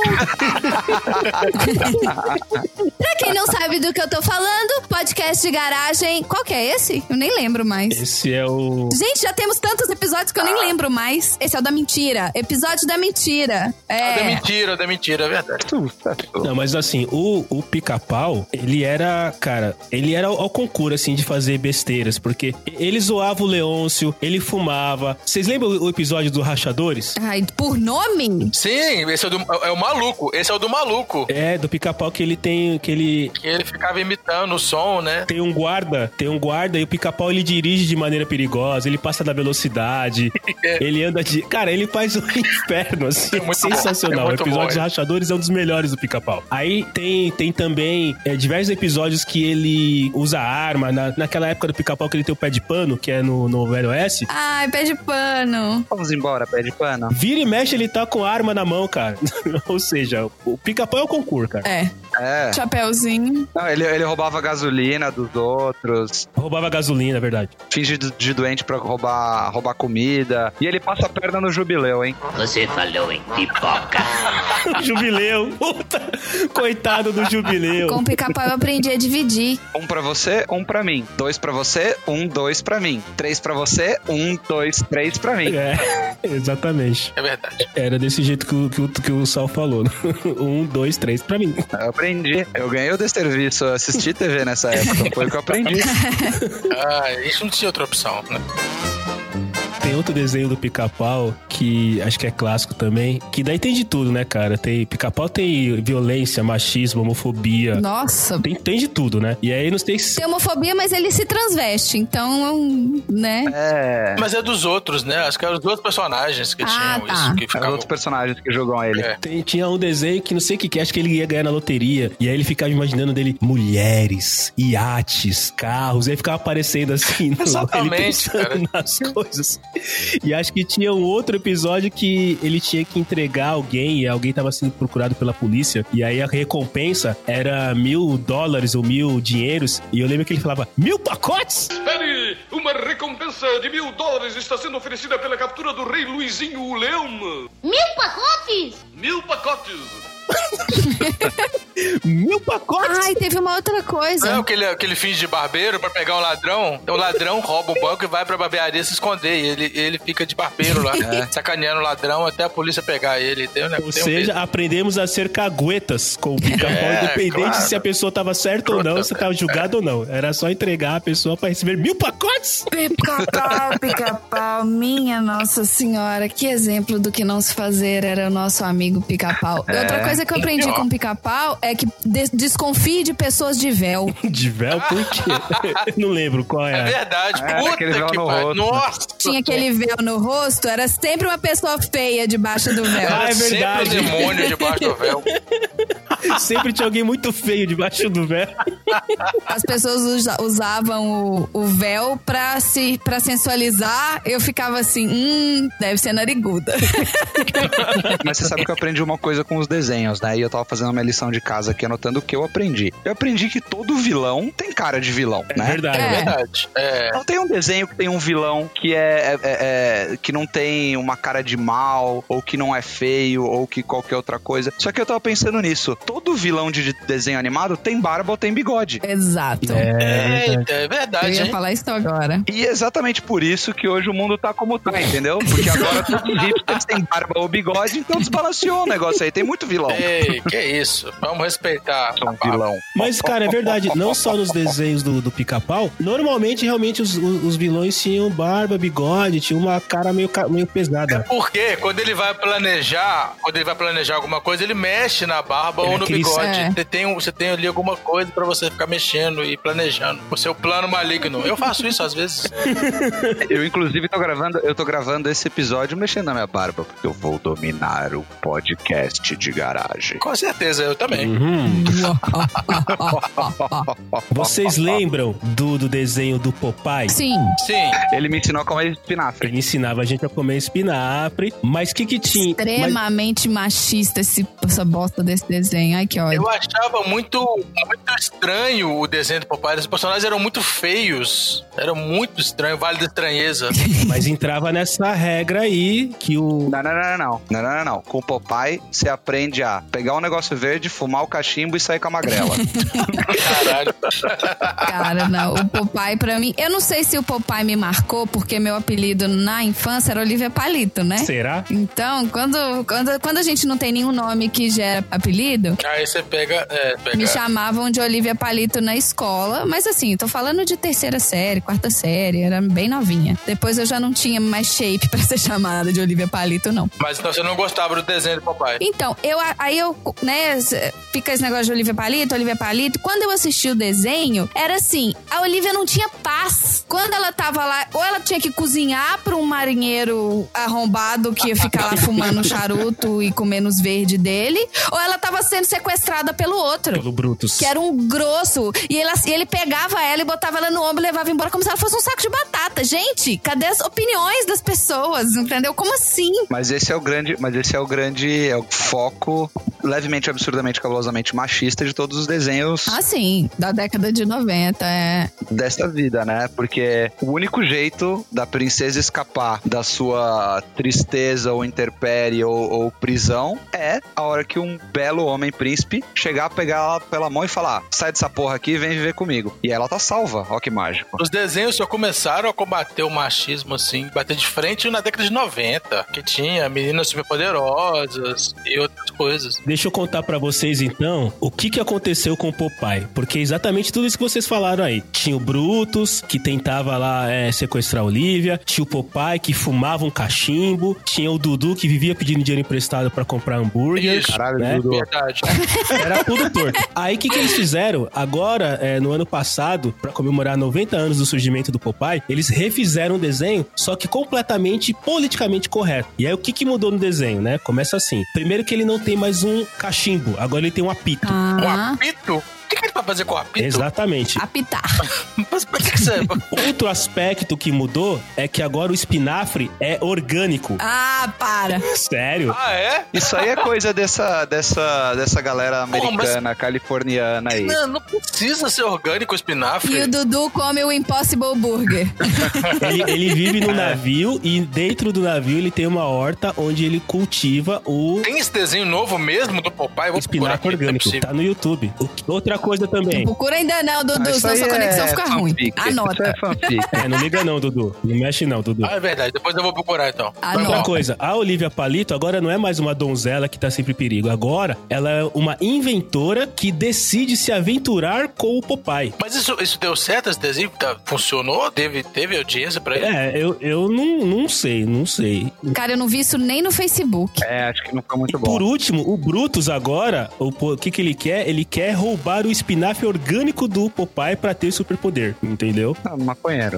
Pra quem não sabe do que eu tô falando, podcast de garagem. Qual que é esse? Eu nem lembro mais. Esse é o... Gente, já temos tantos episódios que eu nem lembro mais. Esse é o da mentira. Episódio da mentira. Ah, da É. mentira, da mentira, é verdade. Não, mas assim, o, o pica-pau, ele era, cara, ele era ao, ao concurso, assim, de fazer besteiras, porque ele zoava o Leôncio, ele fumava. Vocês lembram o, o episódio do Rachadores? Ai, por nome? Sim, esse é o, do, é o maluco. Esse é o do maluco. É, do pica-pau que ele tem, que ele Que ele ficava imitando o som, né? tem um guarda, tem um guarda e o pica-pau ele dirige de maneira perigosa, ele passa da velocidade, ele anda de... Cara, ele faz um inferno, assim, É muito bom, sensacional. é muito o episódio bom, dos é. Rachadores é um dos melhores do pica-pau. Aí tem, tem também é, diversos episódios que ele usa arma, na, naquela época do pica-pau que ele tem o pé de pano, que é no, no Velho Oeste. Ai, pé de pano. Vamos embora, pé de pano. Vira e mexe, ele tá com arma na mão, cara. Ou seja, o pica-pau é o concurso, cara. É. É. Chapeuzinho. Não, ele, ele roubava gasolina dos outros, Roubava gasolina, é verdade. finge de, de doente pra roubar, roubar comida. E ele passa a perna no jubileu, hein? Você falou em pipoca. Jubileu, puta. Coitado do jubileu. Com o pica-pau eu aprendi a dividir. Um pra você, um pra mim. Dois pra você, um, dois pra mim. Três pra você, um, dois, três pra mim. É, exatamente. É verdade. Era desse jeito que o, que o, que o Sal falou. Um, dois, três pra mim. Eu aprendi. Eu ganhei o desserviço. Eu assisti T V nessa época. Foi o que eu aprendi. Ah, isso não tinha outra opção, né? Tem outro desenho do Pica-Pau que acho que é clássico também, que daí tem de tudo, né, cara? Tem Pica-Pau, tem violência, machismo, homofobia. Nossa. Tem, tem de tudo, né? E aí não sei se... Tem homofobia, mas ele se transveste, então, né? É. Mas é dos outros, né? Acho que eram os outros personagens que Ah, tinham tá. isso. Que É os ficavam... outros personagens que jogam ele. É. Tem- tinha um desenho que não sei o que que é, acho que ele ia ganhar na loteria. E aí ele ficava imaginando dele mulheres, iates, carros. E aí ficava aparecendo assim, no, ele Exatamente, pensando cara. nas coisas. E acho que tinha um outro episódio que ele tinha que entregar alguém e alguém tava sendo procurado pela polícia. E aí a recompensa era mil dólares ou mil dinheiros. E eu lembro que ele falava, mil pacotes? Espere! Uma recompensa de mil dólares está sendo oferecida pela captura do rei Luizinho o Leão. Mil pacotes? Mil pacotes! Mil pacotes? Ai, teve uma outra coisa. Não é aquele, aquele finge de barbeiro pra pegar um ladrão? O ladrão rouba o banco e vai pra barbearia se esconder. E ele, ele fica de barbeiro lá, sacaneando o ladrão até a polícia pegar ele. Tem um, Ou tem um seja, desse. aprendemos a ser caguetas com o Pica-Pau, É, independente claro. se a pessoa tava certa ou não, se tava julgado ou não. Era só entregar a pessoa pra receber mil pacotes? Pica-pau, pica-pau, minha Nossa Senhora, que exemplo do que não se fazer era o nosso amigo pica-pau. E outra coisa que eu aprendi com pica-pau é que de- desconfie de pessoas de véu. De véu, por quê? Não lembro qual É é. verdade, É, puta aquele véu que no pariu. rosto. Nossa! Tinha aquele véu no rosto, era sempre uma pessoa feia debaixo do véu. Ah, é Sempre verdade. o demônio debaixo do véu. Sempre tinha alguém muito feio debaixo do véu. As pessoas usa- usavam o, o véu pra, se, pra sensualizar. Eu ficava assim, hum, deve ser nariguda. Mas você sabe que eu aprendi uma coisa com os desenhos, né? E eu tava fazendo minha lição de casa aqui, anotando o que eu aprendi. Eu aprendi que todo vilão tem cara de vilão, É né? verdade. É. né? Verdade. É. Não tem um desenho que tem um vilão que é, é- é- que não tem uma cara de mal, ou que não é feio, ou que qualquer outra coisa. Só que eu tava pensando nisso. Todo vilão de desenho animado tem barba ou tem bigode. Exato. Eita, é Eu verdade, ia hein? falar isso agora. E é exatamente por isso que hoje o mundo tá como tá, entendeu? Porque agora todos os hipsters têm barba ou bigode, então desbalanceou o negócio aí. Tem muito vilão. Ei, que isso? Vamos respeitar. Um vilão. Mas, cara, é verdade. Não só nos desenhos do, do Pica-Pau. Normalmente, realmente, os, os os vilões tinham barba, bigode, tinha uma cara meio, ca- meio pesada. Porque quando ele vai planejar, quando ele vai planejar alguma coisa, ele mexe na barba Ele ou é no aquele- bigode. É. Você, tem, um- você tem ali alguma coisa pra você ficar mexendo e planejando. O seu plano maligno. Eu faço isso às vezes. Eu, inclusive, tô gravando, eu tô gravando esse episódio mexendo na minha barba, porque eu vou dominar o podcast de garagem. Com certeza, eu também. Uhum. Vocês lembram do, do desenho do Popeye? Sim. Sim. Ele me ensinou a comer espinafre. Ele ensinava a gente a comer espinafre, mas o que que tinha? Mas- Extremamente machista esse, essa bosta desse desenho. Ai, que ódio. Eu achava muito, muito estranho o desenho do Popeye. Os personagens eram muito feios. Era muito estranho, Vale da Estranheza. Mas entrava nessa regra aí que o... Não, não, não, não, não. Não, não, não, não. Com o Popeye, você aprende a pegar um negócio verde, fumar o cachimbo e sair com a magrela. Caralho. Cara, não. O Popeye, pra mim... Eu não sei se o Popeye me marcou, porque meu apelido na infância era Olivia Palito, né? Será? Então, quando, quando, quando a gente não tem nenhum nome que gera apelido, Aí você pega... É, pega... me chamavam de Olivia Palito na escola. Mas assim, tô falando de terceira série, quarta série, era bem novinha. Depois eu já não tinha mais shape pra ser chamada de Olivia Palito, não. Mas então você não gostava do desenho do Popeye. Então, eu, aí eu, né, fica esse negócio de Olivia Palito, Olivia Palito. Quando eu assisti o desenho, era assim, a Olivia não tinha paz. Quando ela tava lá, ou ela tinha que cozinhar pra um marinheiro arrombado que ia ficar lá fumando charuto e comendo os verdes dele, ou ela tava sendo sequestrada pelo outro. Pelo Brutus. Que era um grosso. E ele, e ele pegava ela e botava ela no ombro e levava embora como se ela fosse um saco de batata. Gente, cadê as opiniões das pessoas? Entendeu? Como assim? Mas esse é o grande, mas esse é o grande é o foco levemente, absurdamente, cabulosamente machista de todos os desenhos Ah, sim. Da década de noventa, é. dessa vida, né? Porque o único jeito da princesa escapar da sua tristeza ou intempérie ou, ou prisão é a hora que um belo homem príncipe chegar, pegar ela pela mão e falar: sai dessa porra aqui e vem viver comigo. E ela tá salva. Ó que mágico. Os desenhos só começaram a combater o machismo, assim, bater de frente na década de noventa, que tinha meninas superpoderosas e outras coisas. Deixa eu contar pra vocês, então, o que que aconteceu com o Popeye. Porque é exatamente tudo isso que vocês falaram aí. Tinha o Brutus, que tentava lá é, sequestrar a Olivia. Tinha o Popeye, que fumava um cachimbo. Tinha o Dudu, que vivia pedindo dinheiro emprestado pra comprar hambúrguer. Isso, Caralho, né? Dudu. Verdade. Era tudo torto. Aí, o que que eles fizeram? Agora, é, no ano passado, pra comemorar noventa anos do surgimento do Popeye, eles refizeram o desenho, só que completamente politicamente correto. E aí, o que que mudou no desenho, né? Começa assim. Primeiro que ele não tem mais um cachimbo, agora ele tem um apito. Ah. Um apito? O que, que ele vai fazer com o apito? Exatamente. Apitar. Mas por que que você... Outro aspecto que mudou é que agora o espinafre é orgânico. Ah, para. Sério? Ah, é? Isso aí é coisa dessa, dessa, dessa galera americana, mas- californiana aí. Não, não precisa ser orgânico o espinafre. E o Dudu come o Impossible Burger. Ele, ele vive no navio e dentro do navio ele tem uma horta onde ele cultiva o Tem esse desenho novo mesmo do Popeye? Eu vou procurar espinafre aqui, não é orgânico. possível. Tá no YouTube. O- Outra coisa também. Procura ainda não, Dudu, Ah, isso senão aí sua conexão é fica ruim. fanfic. Isso Anota. é fanfic. É, não liga não, Dudu. Não mexe não, Dudu. Ah, é verdade. Depois eu vou procurar, então. Ah, Foi não. Outra bom. coisa, a Olivia Palito agora não é mais uma donzela que tá sempre em perigo. Agora, ela é uma inventora que decide se aventurar com o Popeye. Mas isso, isso deu certo, esse desenho? Tá- funcionou? Teve, teve audiência pra ele? É, eu, eu não, não sei, não sei. Cara, eu não vi isso nem no Facebook. É, acho que não foi muito bom. Por último, o Brutus agora, o po- o que que ele quer? Ele quer roubar o espinafre orgânico do Popeye pra ter superpoder, entendeu? Ah, maconheiro.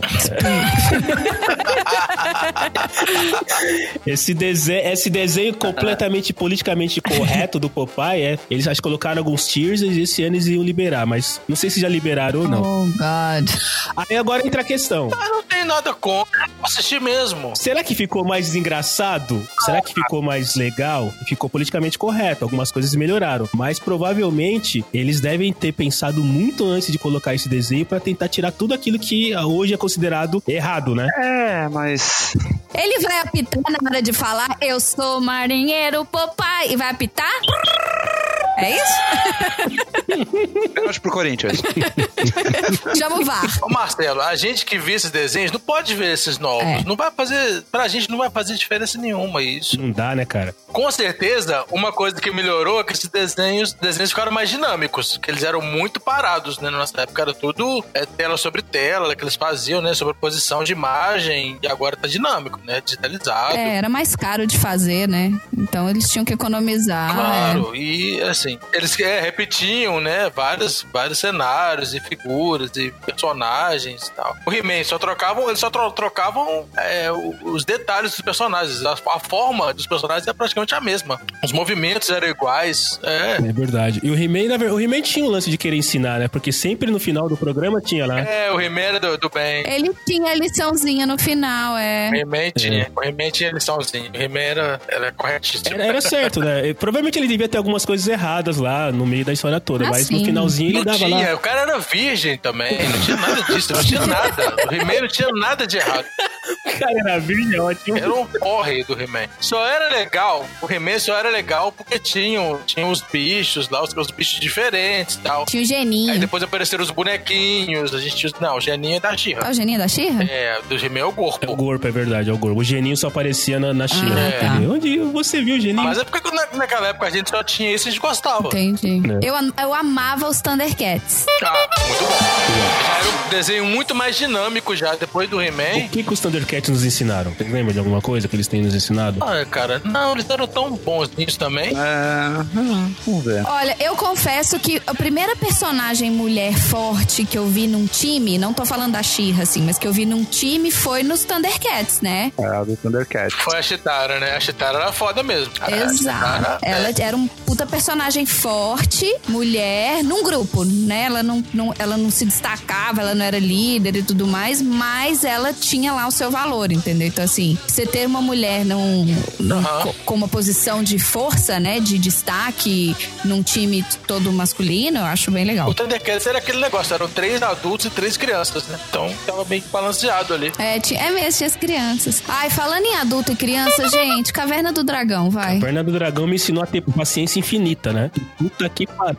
Esse desenho, esse desenho completamente politicamente correto do Popeye, é, eles acho que colocaram alguns teasers e esse ano eles iam liberar, mas não sei se já liberaram ou não. Oh, God. Aí agora entra a questão. Ah, não tem nada contra. Vou assistir mesmo. Será que ficou mais engraçado? Será que ficou mais legal? Ficou politicamente correto. Algumas coisas melhoraram. Mas provavelmente eles devem ter pensado muito antes de colocar esse desenho pra tentar tirar tudo aquilo que hoje é considerado errado, né? É, mas... Ele vai apitar na hora de falar, eu sou marinheiro Popeye, e vai apitar? É isso? Pênalti pro Corinthians. Chama o V A R. Ô Marcelo, a gente que vê esses desenhos não pode ver esses novos. É. Não vai fazer... Pra gente não vai fazer diferença nenhuma isso. Não dá, né, cara? Com certeza, uma coisa que melhorou é que esses desenhos, desenhos ficaram mais dinâmicos, que eles eram muito parados, né? Na nossa época era tudo é, tela sobre tela, que eles faziam, né? Sobreposição de imagem, e agora tá dinâmico, né? Digitalizado. É, era mais caro de fazer, né? Então eles tinham que economizar. Claro, e assim, eles é, repetiam, né, vários, vários cenários e figuras e personagens e tal. O He-Man só trocavam, eles só tro- trocavam é, o- os detalhes dos personagens, a, a forma dos personagens é praticamente a mesma. Os movimentos eram iguais, é. É verdade. E o He-Man, na ver- o He-Man tinha um lance de querer ensinar, né? Porque sempre no final do programa tinha lá. É, o He-Man era do, do bem. Ele tinha a liçãozinha no final, é. O He-Man tinha, o He-Man tinha liçãozinha. O He-Man era, era corretíssimo. Era, era certo, né? E provavelmente ele devia ter algumas coisas erradas lá no meio da história toda, Ah, mas sim. no finalzinho ele Não dava tinha, lá. o cara era virgem também, não tinha nada disso, não tinha nada. O He-Man não tinha nada de errado. O cara era virgem, ótimo. Era um porre do He-Man. Só era legal, o He-Man só era legal porque tinham, tinham os bichos lá, os, os bichos diferentes e tal. Tinha o Geninho. Aí depois apareceram os bonequinhos, a gente tinha... Não, o Geninho é da She-Ra. Ó, o Geninho da Xirra? É, do He-Man é o É o corpo. Gorpo, é verdade, é o Gorpo. O Geninho só aparecia na, na China. Ah, tá. Onde você viu o Geninho? Mas é porque na, naquela época a gente só tinha isso e a gente gostava. Entendi. É. Eu, am- eu amava os Thundercats. Ah, muito bom. Já era um desenho muito mais dinâmico já, depois do He-Man. O que, que os Thundercats nos ensinaram? Vocês lembram de alguma coisa que eles têm nos ensinado? Ah, cara, não, eles eram tão bons nisso também. É, vamos ver. Olha, eu confesso que a primeira personagem mulher forte que eu vi num time, não tô falando da She-Ra, assim, mas que eu vi num time foi nos Thundercats, né? É a do Thundercat. Foi a Chitara, né? A Chitara era foda mesmo. Cara. A Exato. Chitara, Ela é. era um puta personagem forte, mulher, num grupo, né? Ela não, não, ela não se destacava, ela não era líder e tudo mais, mas ela tinha lá o seu valor, entendeu? Então, assim, você ter uma mulher num, num- Aham. co- com uma posição de força, né? De destaque num time todo masculino, eu acho bem legal. O Thundercats era aquele negócio, eram três adultos e três crianças, né? Então tava bem balanceado ali. É, ti- é mesmo, tinha as crianças. Ai, falando em adulto e criança, gente, Caverna do Dragão, vai. A Perna do Dragão me ensinou a ter paciência infinita, né? né? Puta que pariu.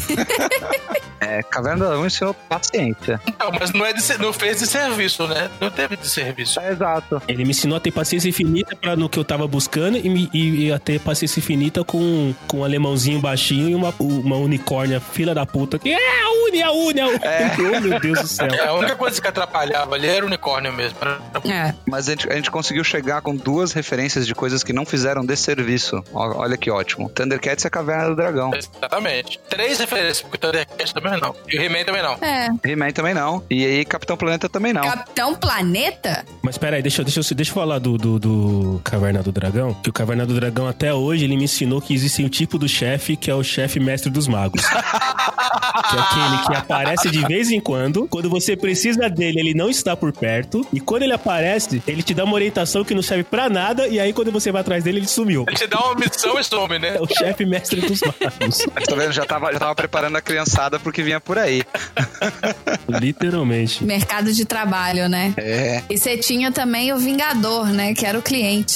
É, Caverna do Dragão ensinou paciência. Não, mas não, é de, ser- não fez de serviço, né? Não teve de serviço. É, exato. Ele me ensinou a ter paciência infinita pra, no que eu tava buscando e, me- e- e a ter paciência infinita com, com um alemãozinho baixinho e uma, uma unicórnia filha da puta que é a Uni, a Uni, a Uni. Oh, meu Deus do céu. É, a única coisa que atrapalhava ali era o unicórnio mesmo. É. Mas a gente, a gente conseguiu chegar com duas referências de coisas que não fizeram desserviço. Ó, olha que ótimo. Thundercats e a Caverna do Dragão. Exatamente. Três referências, porque o Thundercats também não. E o He-Man também não. É. He-Man também não. E aí Capitão Planeta também não. Capitão Planeta? Mas peraí, deixa, eu- deixa, eu- deixa eu falar do, do, do Caverna do Dragão. Que o Caverna do Dragão até hoje ele me ensinou que existe um tipo do chefe que é o chefe mestre dos magos. Que é aquele que aparece de vez em quando. Quando você precisa dele, ele não está por perto. E quando ele aparece, ele te dá uma orientação que não serve pra nada. E aí quando você vai atrás dele, ele sumiu. Ele te dá uma missão e some, né? É o chefe mestre dos magos. Tá vendo? Já tava, já tava preparando a criançada pro que vinha por aí. Literalmente. Mercado de trabalho, né? É. E você tinha também o Vingador, né? Que era o cliente.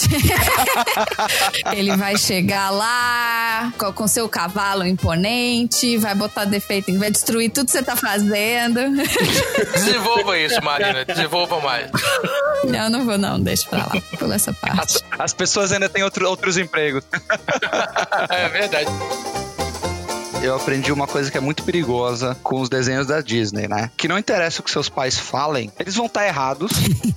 Ele vai chegar lá com, com seu cavalo imponente, vai botar defeito, vai destruir tudo que você tá fazendo. Desenvolva isso, Marina. Desenvolva mais. Não, não vou não, deixa pra lá. Pula essa parte. As, as pessoas ainda têm outro, outros empregos. É verdade. Eu aprendi uma coisa que é muito perigosa com os desenhos da Disney, né? Que não interessa o que seus pais falem, eles vão estar errados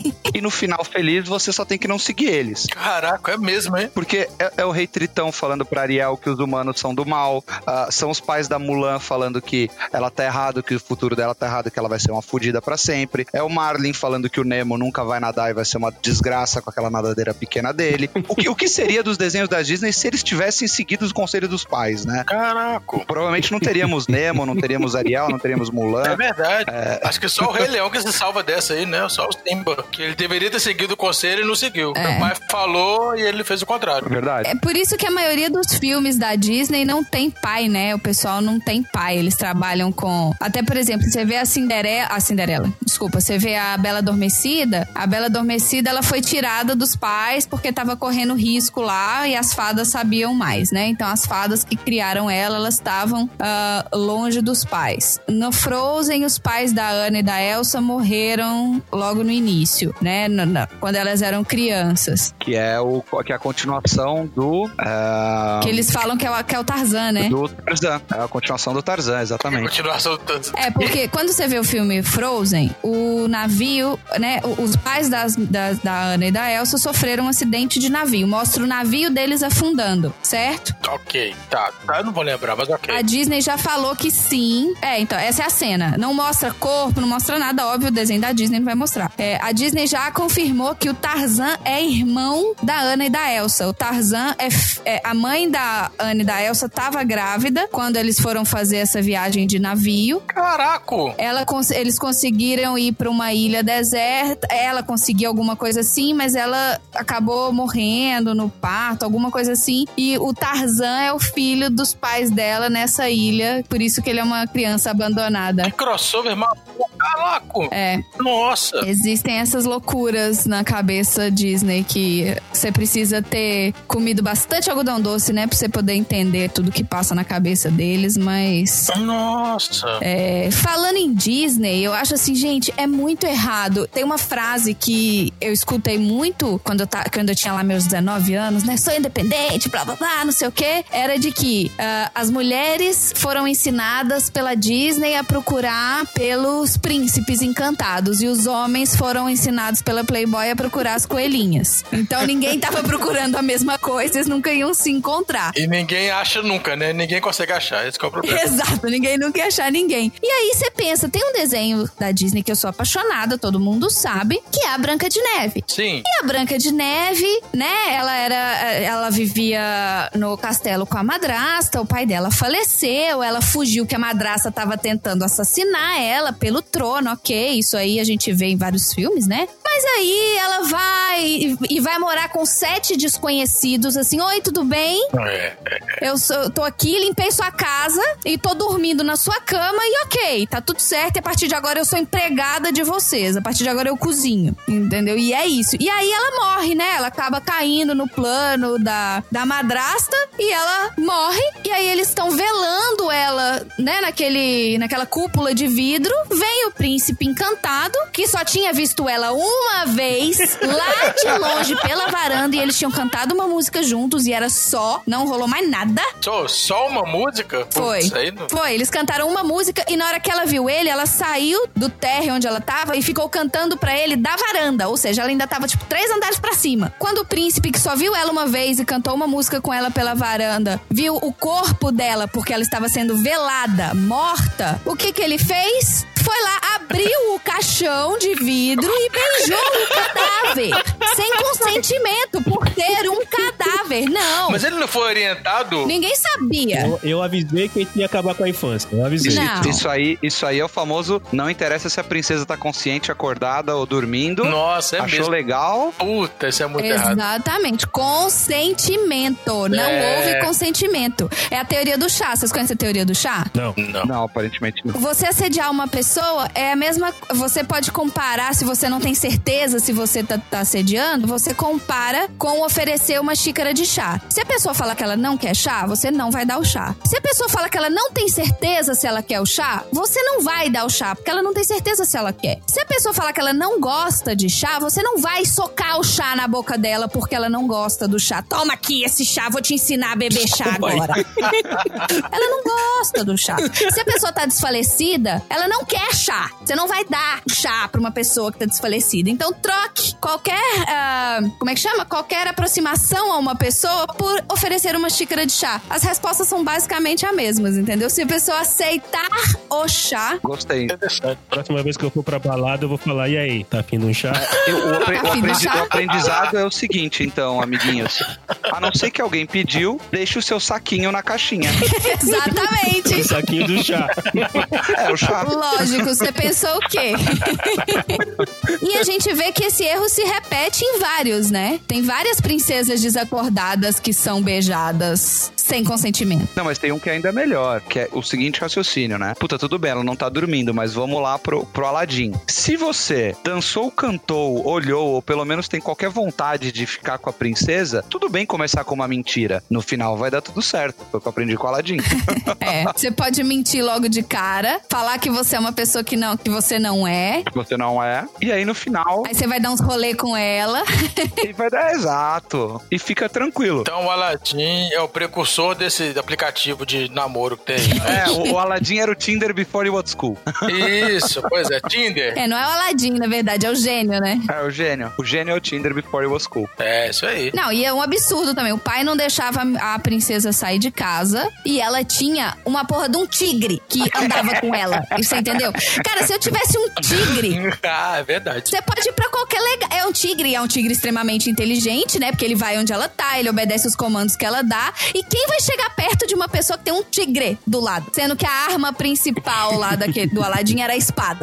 e no final feliz você só tem que não seguir eles. Caraca, é mesmo, hein? Porque é, é o Rei Tritão falando pra Ariel que os humanos são do mal, ah, são os pais da Mulan falando que ela tá errado, que o futuro dela tá errado, que ela vai ser uma fodida pra sempre. É o Marlin falando que o Nemo nunca vai nadar e vai ser uma desgraça com aquela nadadeira pequena dele. O que, o que seria dos desenhos da Disney se eles tivessem seguido os conselhos dos pais, né? Caraca. Provavelmente não teríamos Nemo, não teríamos Ariel, não teríamos Mulan. É verdade. Acho que só o Rei Leão que se salva dessa aí, né? Só o Simba. Que ele deveria ter seguido o conselho e não seguiu. É. Meu pai falou e ele fez o contrário. Verdade. É por isso que a maioria dos filmes da Disney não tem pai, né? O pessoal não tem pai. Eles trabalham com... Até, por exemplo, você vê a Cinderela... A Cinderela, desculpa. Você vê a Bela Adormecida. A Bela Adormecida, ela foi tirada dos pais porque tava correndo risco lá e as fadas sabiam mais, né? Então, as fadas que criaram ela, elas estavam ah, longe dos pais. No Frozen, os pais da Anna e da Elsa morreram logo no início, né? No- no- quando elas eram crianças. Que é, o, que é a continuação do... é, Que eles falam que é o, que é o Tarzan, né? do Tarzan. É a continuação do Tarzan, exatamente. Continuação do... É, porque quando você vê o filme Frozen, o navio, né, o- os pais das, das- da Anna e da Elsa sofreram um acidente de navio. Mostra o navio deles afundando, certo? Ok, tá. tá. Eu não vou lembrar, mas ok. A Disney já falou que sim. É, então, essa é a cena. Não mostra corpo, não mostra nada, óbvio, o desenho da Disney não vai mostrar. É, a Disney já confirmou que o Tarzan é irmão da Anna e da Elsa. O Tarzan é, f- é a mãe da Anna e da Elsa estava grávida quando eles foram fazer essa viagem de navio. Caraca! Ela, cons- eles conseguiram ir pra uma ilha deserta. Ela conseguiu alguma coisa assim, mas ela acabou morrendo no parto, alguma coisa assim. E o Tarzan é o filho dos pais dela nessa ilha, por isso que ele é uma criança abandonada. Que crossover maluco. Caraca! É, Nossa! existem essas loucuras na cabeça Disney que você precisa ter comido bastante algodão doce, né? Pra você poder entender tudo que passa na cabeça deles, mas... Nossa! É, falando em Disney, eu acho assim, gente, é muito errado. Tem uma frase que eu escutei muito quando eu, ta, quando eu tinha lá meus dezenove anos, né? Sou independente, blá blá blá, não sei o quê. Era de que ah, as mulheres foram ensinadas pela Disney a procurar pelos príncipes encantados e os homens foram ensinados pela Playboy a procurar as coelhinhas. Então ninguém tava procurando a mesma coisa, eles nunca iam se encontrar. E ninguém acha nunca, né? Ninguém consegue achar. Esse que é o problema. Exato, ninguém nunca ia achar ninguém. E aí você pensa, tem um desenho da Disney que eu sou apaixonada, todo mundo sabe, que é a Branca de Neve. Sim. E a Branca de Neve, né, ela era, ela vivia no castelo com a madrasta, o pai dela faleceu, ela fugiu que a madrasta tava tentando assassinar ela pelo trono, ok, isso aí a gente vê em vários filmes, né? Mas aí ela vai e, e vai morar com sete desconhecidos, assim, oi, tudo bem? É. Eu, sou, eu tô aqui, limpei sua casa e tô dormindo na sua cama e ok, tá tudo certo. E a partir de agora eu sou empregada de vocês. A partir de agora eu cozinho, entendeu? E é isso. E aí ela morre, né? Ela acaba caindo no plano da, da madrasta e ela morre. E aí eles estão velando ela, né? Naquele, naquela cúpula de vidro. Vem o príncipe encantado, que só tinha visto ela uma vez, lá de longe, pela varanda. E eles tinham cantado uma música juntos e era só, não rolou mais nada. Só, só uma música? Foi. Putz, aí não... Foi, eles cantaram uma música e na hora que ela viu ele, ela saiu do térreo onde ela tava e ficou cantando pra ele da varanda. Ou seja, ela ainda tava, tipo, três andares pra cima. Quando o príncipe, que só viu ela uma vez e cantou uma música com ela pela varanda, viu o corpo dela, porque ela estava sendo velada, morta, o que que ele fez? Foi lá, abriu o caixão de vidro e beijou o cadáver. Sem consentimento, por ter um cadáver. Não. Mas ele não foi orientado? Ninguém sabia. Eu, eu avisei que ele ia acabar com a infância. Eu avisei. Não. Isso aí, isso aí é o famoso, não interessa se a princesa tá consciente, acordada ou dormindo. Nossa, é Achou mesmo. legal. Puta, isso é muito errado. Exatamente. Consentimento. Não É. houve consentimento. É a teoria do chá. Vocês conhecem a teoria do chá? Não. Não. Não, aparentemente não. Você assediar uma pessoa é a mesma... Você pode comparar, se você não tem certeza se você tá, tá assediando, você compara com oferecer uma xícara de chá. Se a pessoa fala que ela não quer chá, você não vai dar o chá. Se a pessoa fala que ela não tem certeza se ela quer o chá, você não vai dar o chá, porque ela não tem certeza se ela quer. Se a pessoa falar que ela não gosta de chá, você não vai socar o chá na boca dela porque ela não gosta do chá. Toma aqui esse chá, vou te ensinar a beber chá agora. Ela não gosta do chá. Se a pessoa tá desfalecida, ela não quer chá. Você não vai dar chá pra uma pessoa que tá desfalecida. Então troque qualquer, uh, como é que chama? Qualquer aproximação a uma pessoa por oferecer uma xícara de chá. As respostas são basicamente as mesmas, entendeu? Se a pessoa aceitar o chá... Gostei. Próxima vez que eu for pra balada, eu vou falar, e aí, tá afim de um chá? Eu- o, apre- o Tá afim do aprendi- chá? o aprendizado é o seguinte, então, amiguinhos. A não ser que alguém pediu, deixe o seu saquinho na caixinha. Exatamente. O saquinho do chá. É, o chá. Lógico, você pensou o quê? E a gente vê que esse erro se repete em vários, né? Tem várias princesas desacordadas que são beijadas sem consentimento. Não, mas tem um que ainda é melhor, que é o seguinte raciocínio, né? Puta, tudo bem, ela não tá dormindo, mas vamos lá pro, pro Aladdin. Se você dançou, cantou, olhou, ou pelo menos tem qualquer vontade de ficar com a princesa, tudo bem começar com uma mentira. No final vai dar tudo certo. Foi o que eu aprendi com o Aladdin. É, você pode mentir logo de cara, falar que você é uma pessoa que, não, que você não é. Você não é. E aí no final, Aí você vai dar uns rolê com ela. ele vai dar exato. E fica tranquilo. Então o Aladdin é o precursor desse aplicativo de namoro que tem. É, o, o Aladdin era o Tinder before he was cool. Isso, pois é, Tinder. É, não é o Aladdin, na verdade, é o gênio, né? É o gênio. O gênio é o Tinder before he was cool. É, isso aí. Não, e é um absurdo também. O pai não deixava a princesa sair de casa e ela tinha uma porra de um tigre que andava com ela. Você entendeu? Cara, se eu tivesse um tigre, Ah, é verdade. você pode ir pra qualquer lugar. É um tigre, é um tigre extremamente inteligente, né? Porque ele vai onde ela tá, ele obedece os comandos que ela dá. E quem vai chegar perto de uma pessoa que tem um tigre do lado? Sendo que a arma principal lá daquele, do Aladdin era a espada.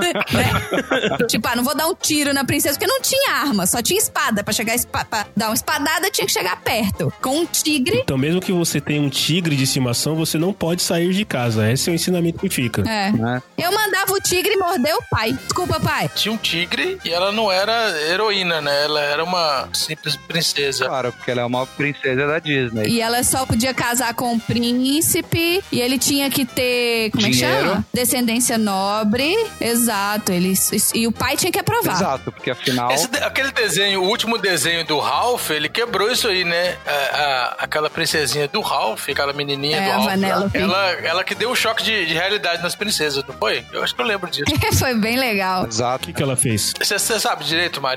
Né? Tipo, ah, não vou dar um tiro na princesa porque não tinha arma, só tinha espada. Pra chegar espa pra dar uma espadada, tinha que chegar perto. Com um tigre. Então, mesmo que você tenha um tigre de estimação, você não pode sair de casa. Esse é o ensinamento que fica. É. Né? Eu mandava o tigre morder o pai. Desculpa, pai. Tinha um tigre e ela não era heroína, né? Ela era uma simples princesa. Claro, porque ela é uma princesa da Disney. E ela só podia casar com o príncipe. E ele tinha que ter. Como é que Dinheiro. chama? Descendência nobre. Exato. Ele, e o pai tinha que aprovar. Exato, porque afinal... Esse de- aquele desenho, o último desenho do Ralph, ele quebrou isso aí, né? A, a- aquela princesinha do Ralph, aquela menininha É, do a Ralph. Vanellope. Ela, ela que deu o choque de, de realidade nas princesas, não foi? Eu acho que eu lembro disso. Foi bem legal. O Exato. que, que ela fez? Você sabe direito, Marina?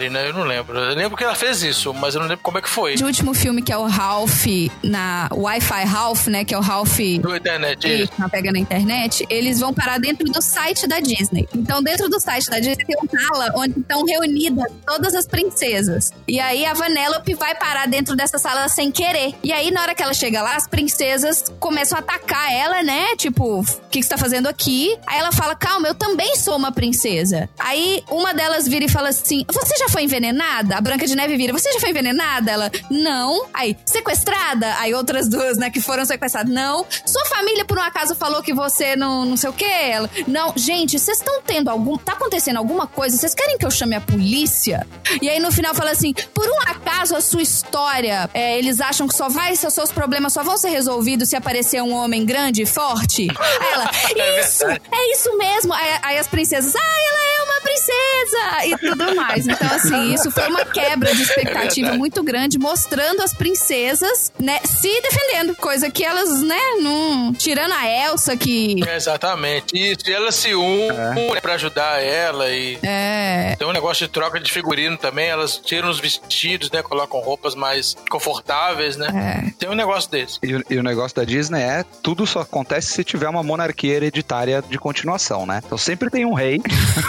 né? Eu não lembro. Eu lembro que ela fez isso, mas eu não lembro como é que foi. O último filme, que é o Ralph, na Wi-Fi Ralph, né? Que é o Ralph... Do internet. Isso, na pega na internet. Eles vão parar dentro do site da Disney. Então, dentro do site da Disney tem uma sala onde estão reunidas todas as princesas. E aí, a Vanellope vai parar dentro dessa sala sem querer. E aí, na hora que ela chega lá, as princesas começam a atacar ela, né? Tipo, o que, que você tá fazendo aqui? Aí ela fala, calma, eu também sou uma princesa. Aí, uma delas vira e fala assim, você já foi envenenada? A Branca de Neve vira, você já foi envenenada? Ela, não. Aí, sequestrada? Aí, outras duas, né, que foram sequestradas, não. Sua família, por um acaso, falou que você não, não sei o quê? Ela, não. Gente, vocês estão tendo algum... Tá acontecendo alguma coisa? Vocês querem que eu chame a polícia? E aí, no final, fala assim, por um acaso, a sua história, é, eles acham que só vai, seus, seus problemas só vão ser resolvidos se aparecer um homem grande e forte? Aí ela, isso, é isso mesmo. Aí, aí as princesas, ah, ela é uma princesa! E tudo mais. Então, assim, isso foi uma quebra de expectativa é muito grande, mostrando as princesas, né, se defendendo. Coisa que elas, né, não... Tirando a Elsa, que... É, exatamente. Isso, e elas se unem é. pra ajudar ela e... É. Tem um negócio de troca de figurino também, elas tiram os vestidos, né, colocam roupas mais confortáveis, né? É. Tem um negócio desse. E, e o negócio da Disney é, tudo só acontece se tiver uma monarquia hereditária de continuação, né? Então sempre tem um rei.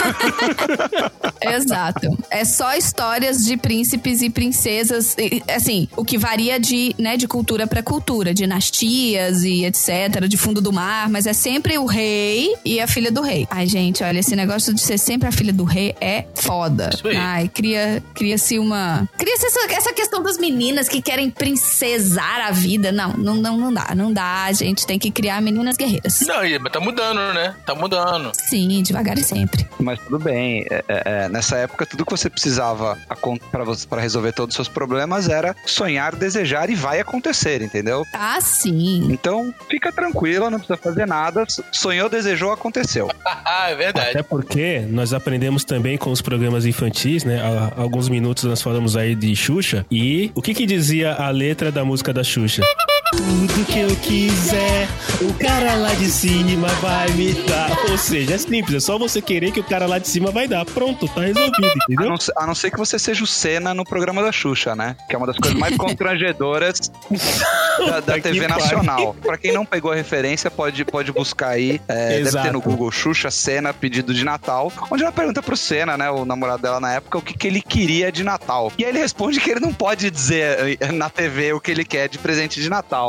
Exato. É só histórias de príncipes e princesas, assim, o que varia de, né, de cultura pra cultura, dinastias e etcétera, de fundo do mar, mas é sempre o rei e a filha do rei. Ai, gente, olha, esse negócio de ser sempre a filha do rei é foda. Ai, cria, cria-se uma... Cria-se essa, essa questão das meninas que querem princesar a vida. Não, não, não, não dá, não dá. A gente tem que criar meninas guerreiras. Não, mas tá mudando, né? Tá mudando. Sim, devagar e sempre. Mas tudo bem. É, é, nessa época, tudo que você precisava pra, você, pra resolver todos os seus problemas era sonhar, desejar e vai acontecer, entendeu? Ah, sim. Então, fica tranquila, não precisa fazer nada. Sonhou, desejou, aconteceu. Ah, é verdade. Até porque nós aprendemos também com os programas infantis, né? Há alguns minutos nós falamos aí de Xuxa. E o que que dizia a letra da música da Xuxa? Tudo que eu quiser, o cara lá de cima vai me dar. Ou seja, é simples, é só você querer que o cara lá de cima vai dar. Pronto, tá resolvido, entendeu? A não, a não ser que você seja o Senna no programa da Xuxa, né? Que é uma das coisas mais constrangedoras da, da T V nacional. Pra quem não pegou a referência, pode, pode buscar aí. É, deve ter no Google Xuxa, Senna, pedido de Natal. Onde ela pergunta pro Senna, né? O namorado dela na época, o que, que ele queria de Natal. E aí ele responde que ele não pode dizer na T V o que ele quer de presente de Natal.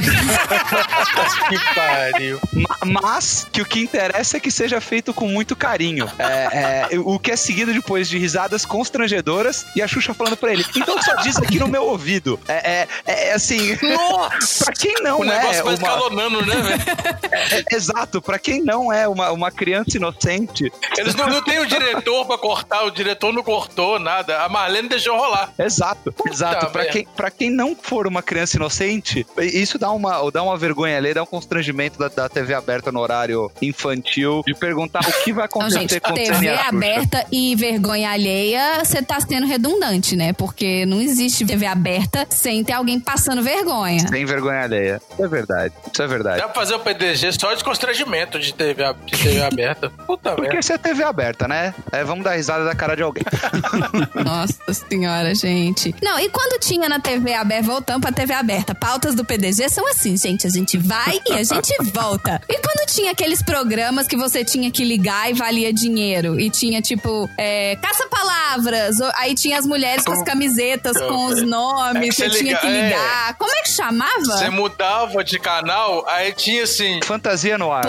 Que pariu. Mas que o que interessa é que seja feito com muito carinho. É, é, o que é seguido depois de risadas constrangedoras e a Xuxa falando pra ele, então só diz aqui no meu ouvido. É, é, é assim... Nossa! Pra quem não o é... O negócio vai uma... escalonando, né, velho? É, é, exato. Pra quem não é uma, uma criança inocente... Eles não, não tem o diretor pra cortar, o diretor não cortou nada. A Marlene deixou rolar. Exato. Puta exato. Pra quem, pra quem não for uma criança inocente... Isso dá uma, dá uma vergonha ali, dá um constrangimento da, da T V aberta no horário infantil, de perguntar o que vai acontecer não, gente, com o T V aberta e vergonha alheia, você tá sendo redundante, né? Porque não existe T V aberta sem ter alguém passando vergonha. Sem vergonha alheia. Isso é verdade. Isso é verdade. Dá pra fazer o P D G só de constrangimento de T V, de T V aberta. Puta Porque merda. isso é T V aberta, né? É, vamos dar risada da cara de alguém. Nossa senhora, gente. Não, e quando tinha na T V aberta, voltando pra T V aberta, pautas do P D G são assim, gente, a gente vai e a gente volta. E quando tinha aqueles programas que você tinha que ligar e valia dinheiro, e tinha tipo, é, caça-palavras, aí tinha as mulheres com as camisetas com os nomes, é você, você tinha liga, que ligar. É. Como é que chamava? Você mudava de canal, aí tinha assim... Fantasia no ar.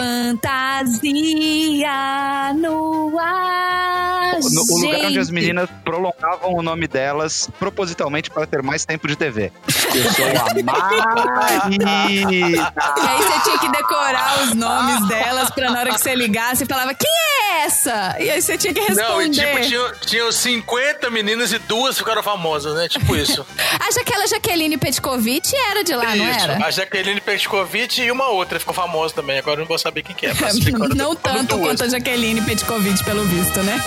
Fantasia no ar. No, o lugar onde as meninas prolongavam o nome delas propositalmente para ter mais tempo de T V. Eu sou a Mari. E aí você tinha que decorar os nomes delas pra na hora que você ligasse, falava, quem é essa? E aí você tinha que responder. Não, e tipo, tinha, tinha cinquenta meninas e duas ficaram famosas, né? Tipo isso. Acho que aquela Jaqueline Petkovic era de lá, isso, não era? A Jaqueline Petkovic e uma outra ficou famosa também. Agora eu não vou saber quem que é. Mas não não tanto duas. Quanto a Jaqueline Petkovic, pelo visto, né?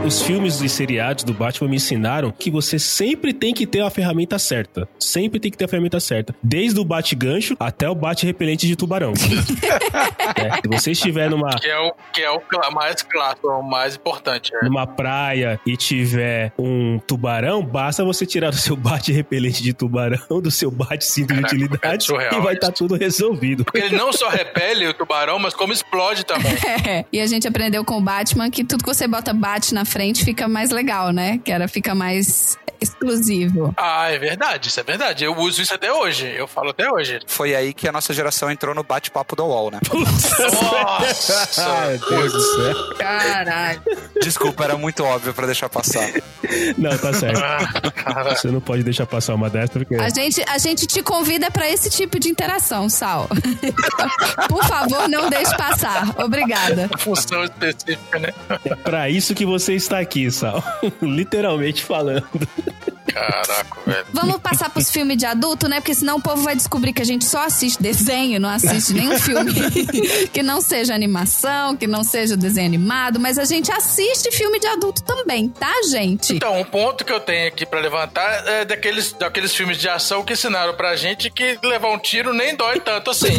Os filmes e seriados do Batman me ensinaram que você sempre tem que ter a ferramenta certa. Sempre tem que ter a ferramenta certa. Desde o bate-gancho até o bate-repelente de tubarão. É, se você estiver numa... Que é o, que é o cla- mais clássico, é o mais importante. Né? Numa praia e tiver um tubarão, basta você tirar do seu bate-repelente de tubarão, do seu bate-cinto de utilidade, surreal e vai estar isso. tudo resolvido. Porque ele não só repele o tubarão, mas como explode também. É. E a gente aprendeu com o Batman que tudo que você bota bate na frente fica mais legal, né? Que era, fica mais exclusivo. Ah, é verdade, isso é verdade. Eu uso isso até hoje, eu falo até hoje. Foi aí que a nossa geração entrou no bate-papo do U O L, né? Nossa! Ai, Deus do céu. Caralho. Desculpa, era muito óbvio pra deixar passar. Não, tá certo. Ah, Você não pode deixar passar uma dessa, porque... A gente, a gente te convida pra esse tipo de interação, Sal. Por favor, não deixe passar. Obrigada. função específica, né? É pra isso que você está aqui, Sal. Literalmente falando. Caraca, velho. Vamos passar pros filmes de adulto, né? Porque senão o povo vai descobrir que a gente só assiste desenho, não assiste nenhum filme que não seja animação, que não seja desenho animado, mas a gente assiste filme de adulto também, tá, gente? Então, um ponto que eu tenho aqui pra levantar é daqueles, daqueles filmes de ação que ensinaram pra gente que levar um tiro nem dói tanto assim.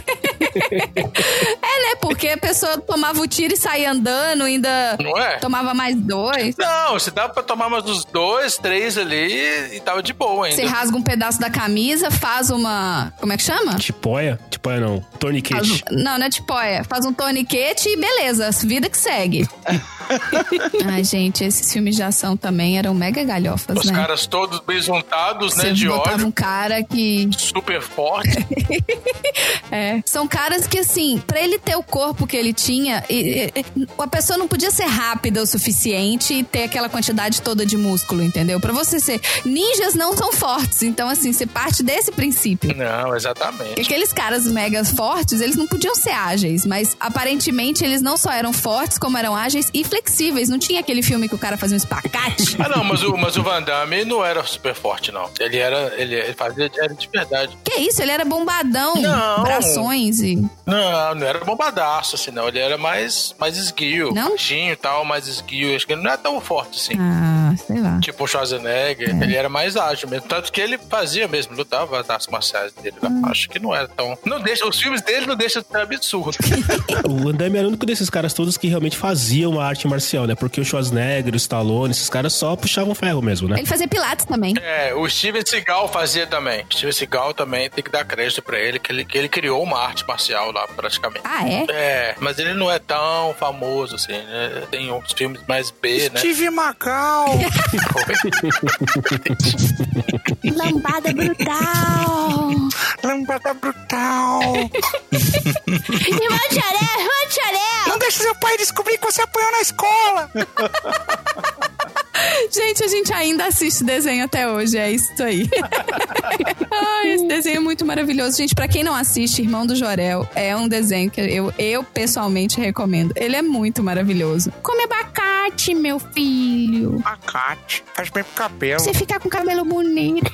É, né? Porque a pessoa tomava o tiro e saía andando, ainda Não é? tomava mais dois. Não, se dá pra tomar mais uns dois, três ali e tava de boa ainda. Você rasga um pedaço da camisa, faz uma... Como é que chama? Tipóia? Tipóia não. Faz Torniquete. um- Não, não é tipóia. Faz um torniquete e beleza, vida que segue. Ai, gente, esses filmes de ação também eram mega galhofas, Os né? caras todos besuntados, né, Você de botava óleo, um cara que... super forte. É. São caras que, assim, pra ele ter o corpo que ele tinha, e- e- a pessoa não podia ser rápida o suficiente e ter aquela quantidade toda de músculo, entendeu? Pra você ser... Ninjas não são fortes, então, assim, você parte desse princípio. Não, exatamente. Porque aqueles caras mega fortes, eles não podiam ser ágeis, mas aparentemente eles não só eram fortes, como eram ágeis e flexíveis. Não tinha aquele filme que o cara fazia um espacate. Ah, não, mas o, mas o Van Damme não era super forte, não. Ele era, ele, ele fazia, era de verdade. Que isso? Ele era bombadão, Não. brações e... Não, não era bombadaço, assim, não. Ele era mais, mais esguio. Não? Baixinho e tal, mais esguio. Acho que ele não era tão forte, assim. Ah, sei lá. Tipo o Schwarzenegger, ele era mais ágil mesmo. Tanto que ele fazia mesmo, lutava as artes marciais dele. Hum. Acho que não era tão... Não deixa, os filmes dele não deixam de ser absurdo. O Van Damme era o único desses caras todos que realmente faziam uma arte marcial, né? Porque o Schwarzenegger, o Stallone, esses caras só puxavam ferro mesmo, né? Ele fazia pilates também. É, o Steven Seagal fazia também. O Steven Seagal também tem que dar crédito pra ele, que ele, que ele criou uma arte marcial lá, praticamente. Ah, é? É, mas ele não é tão famoso, assim, né? Tem outros filmes mais B, né? Steve Magal! Lambada brutal! Lambada brutal! Irmão Tcharel, irmão Tcharel! Não deixa seu pai descobrir que você apanhou na escola! Gente, a gente ainda assiste desenho até hoje, é isso aí. Ai, esse desenho é muito maravilhoso. Gente, pra quem não assiste, Irmão do Jorel é um desenho que eu, eu pessoalmente recomendo. Ele é muito maravilhoso. Come abacate, meu filho. Abacate. Faz bem pro cabelo. Você ficar com cabelo bonito.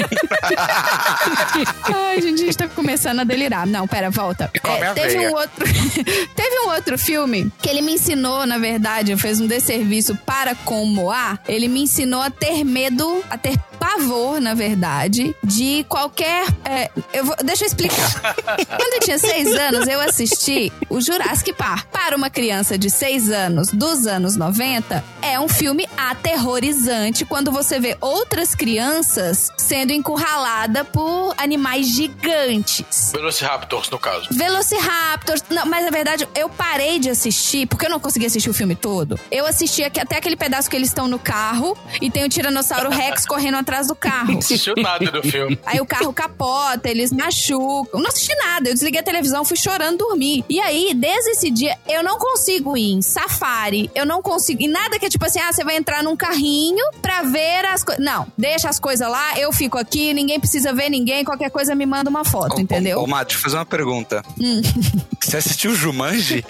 Ai, gente, a gente tá começando a delirar. Não, pera, volta. E come a teve veia. um outro Teve um outro filme que ele me ensinou, na verdade, fez um desserviço para com Moá. Ele me ensinou a ter medo, a ter pavor, na verdade, de qualquer... é, eu vou, deixa eu explicar. Quando eu tinha seis anos, eu assisti o Jurassic Park. Para uma criança de seis anos, dos anos noventa, é um filme aterrorizante quando você vê outras crianças sendo encurraladas por animais gigantes. Velociraptors, no caso. Velociraptors. Não, mas na verdade, eu parei de assistir, porque eu não consegui assistir o filme todo. Eu assisti aqui, até aquele pedaço que eles estão no carro e tem o Tiranossauro Rex correndo atrás do carro. Não assistiu nada do filme. Aí o carro capota, eles machucam. Eu não assisti nada. Eu desliguei a televisão, fui chorando, dormir. E aí, desde esse dia, eu não consigo ir em safari. Eu não consigo... E nada que é tipo assim, ah, você vai entrar num carrinho pra ver as coisas. Não, deixa as coisas lá, eu fico aqui, ninguém precisa ver ninguém, qualquer coisa me manda uma foto, Ô, entendeu? Ô, ô Matt, deixa eu fazer uma pergunta. Hum. Você assistiu Jumanji?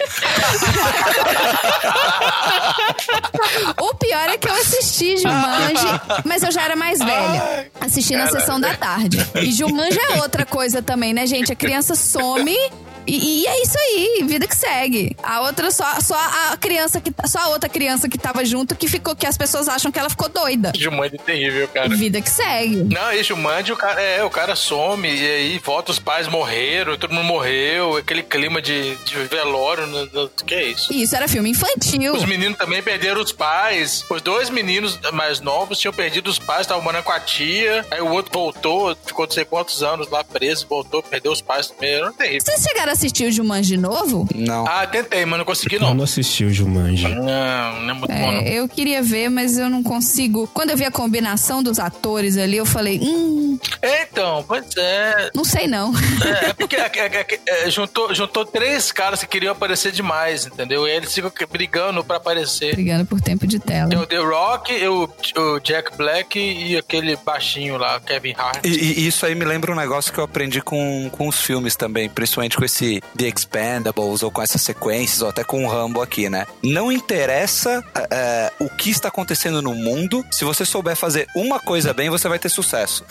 O pior é que eu assisti Jumanji, mas eu já era mais velha. velha, assistindo a sessão da tarde. E Jumanji é outra coisa também, né, gente? A criança some... E, e é isso aí, vida que segue. A outra, só, só a criança que. Só a outra criança que tava junto que ficou, que as pessoas acham que ela ficou doida. Jumanji é terrível, cara. Vida que segue. Não, e Jumanji, o cara, é, o cara some, e aí volta, os pais morreram, todo mundo morreu, aquele clima de, de velório, no, no, que é isso? Isso era filme infantil. Os meninos também perderam os pais. Os dois meninos mais novos tinham perdido os pais, estavam morando com a tia, aí o outro voltou, ficou não sei quantos anos lá preso, voltou, perdeu os pais também. Era terrível. Vocês chegaram a assistir o Jumanji novo? Não. Ah, tentei, mas não consegui, não. Eu não assisti o Jumanji. Não, não é muito É, bom, não. eu queria ver, mas eu não consigo. Quando eu vi a combinação dos atores ali, eu falei, hum, Então, pois é. não sei não. É, é porque é, é, é, é, juntou, juntou três caras que queriam aparecer demais, entendeu? E aí eles ficam brigando pra aparecer. Brigando por tempo de tela. Tem o The Rock, o, o Jack Black e aquele baixinho lá, Kevin Hart. E, e isso aí me lembra um negócio que eu aprendi com, com os filmes também, principalmente com esse The Expendables, ou com essas sequências, ou até com o Rambo aqui, né? Não interessa é, o que está acontecendo no mundo, se você souber fazer uma coisa bem, você vai ter sucesso.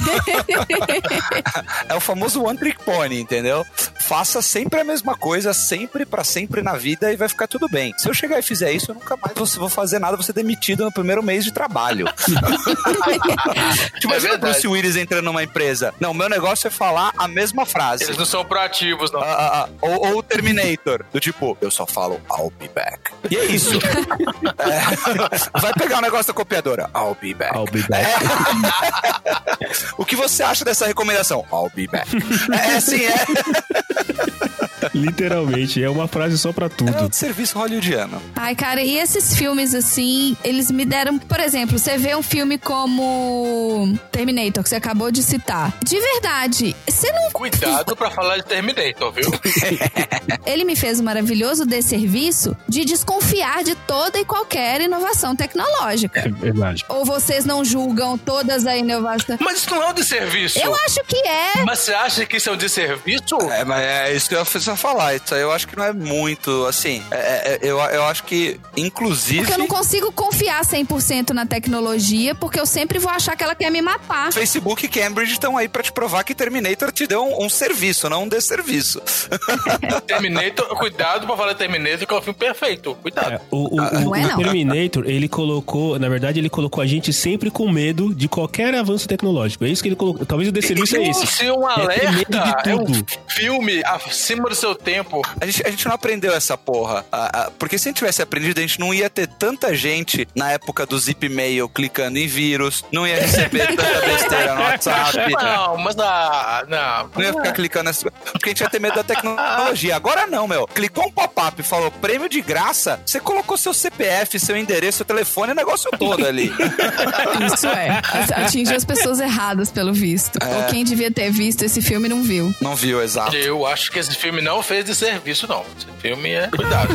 É o famoso one trick pony, entendeu? Faça sempre a mesma coisa, sempre pra sempre na vida, e vai ficar tudo bem. Se eu chegar e fizer isso, eu nunca mais vou fazer nada, vou ser demitido no primeiro mês de trabalho. Tipo, imagina o Bruce Willis entrando numa empresa. Não, meu negócio é falar a mesma frase. Eles não são proativos, não. Ah, ah, ah. Ou, ou o Terminator, do tipo, eu só falo I'll be back. E é isso. É. Vai pegar o negócio da copiadora. I'll be back. I'll be back. É. O que você acha dessa recomendação? I'll be back. É assim, é. Literalmente, é uma frase só pra tudo. É o serviço hollywoodiano. Ai, cara, e esses filmes, assim, eles me deram... Por exemplo, você vê um filme como Terminator, que você acabou de citar. De verdade, você não... Cuidado pra falar de Terminator, viu? Ele me fez o maravilhoso desserviço de desconfiar de toda e qualquer inovação tecnológica. É verdade. Ou vocês não julgam todas as inovações? Mas isso não é um desserviço. Eu acho que é. Mas você acha que isso é um desserviço? É, mas é isso que eu fiz a falar. Isso aí eu acho que não é muito, assim... É, é, eu, eu acho que, inclusive... Porque eu não consigo confiar cem por cento na tecnologia, porque eu sempre vou achar que ela quer me matar. Facebook e Cambridge estão aí pra te provar que Terminator te deu um, um serviço, não um desserviço. Terminator, cuidado pra falar Terminator, que é um filme perfeito. Cuidado. É, o, o, o, Não é, o não. Terminator, ele colocou, na verdade, ele colocou a gente sempre com medo de qualquer avanço tecnológico. É isso que ele colocou. Talvez o desserviço é esse. Isso é um É ter medo alerta. de É um tudo. filme acima do seu tempo. A gente, a gente não aprendeu essa porra. Ah, ah, porque se a gente tivesse aprendido, a gente não ia ter tanta gente na época do Zip Mail clicando em vírus, não ia receber tanta besteira no WhatsApp. Não, mas na, não. Não ia ficar clicando nessa... Porque a gente ia ter medo da tecnologia. Agora não, meu. Clicou um pop-up e falou prêmio de graça, você colocou seu C P F, seu endereço, seu telefone, o negócio todo ali. Isso é. Atinge as pessoas erradas, pelo visto. É. Ou quem devia ter visto esse filme não viu. Não viu, exato. Eu acho que esse filme não fez de serviço, não. Esse filme é... Cuidado.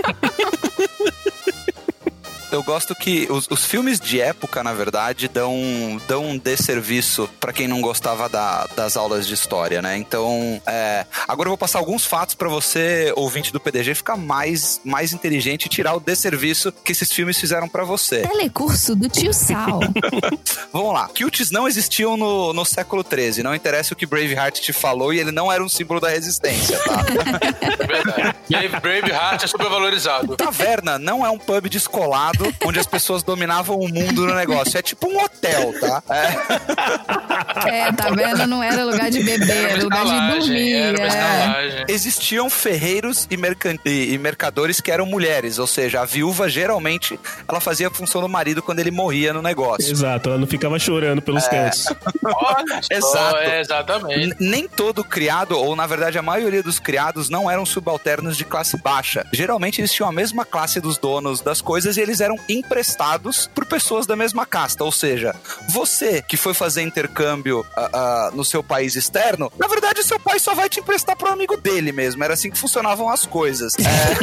Eu gosto que os, os filmes de época, na verdade, dão, dão um desserviço pra quem não gostava da, das aulas de história, né? Então, é, agora eu vou passar alguns fatos pra você, ouvinte do P D G, ficar mais, mais inteligente e tirar o desserviço que esses filmes fizeram pra você. Telecurso do tio Sal. Vamos lá. Kilts não existiam no, no século treze. Não interessa o que Braveheart te falou e ele não era um símbolo da resistência, tá? É verdade. E aí, Braveheart é super valorizado. Taverna não é um pub descolado onde as pessoas dominavam o mundo no negócio. É tipo um hotel, tá? É. É, taverna não era lugar de beber, era, Era uma lugar de estalagem, dormir. era uma é. estalagem. Existiam ferreiros e, mercan- e- e mercadores que eram mulheres, ou seja, a viúva geralmente ela fazia a função do marido quando ele morria no negócio. Exato, ela não ficava chorando pelos cantos. Olha só, Exato. é, exatamente. N- Nem todo criado, ou na verdade a maioria dos criados, não eram subalternos de classe baixa. Geralmente eles tinham a mesma classe dos donos das coisas e eles eram emprestados por pessoas da mesma casta. Ou seja, você que foi fazer intercâmbio ah, ah, no seu país externo, na verdade o seu pai só vai te emprestar para um amigo dele mesmo. Era assim que funcionavam as coisas.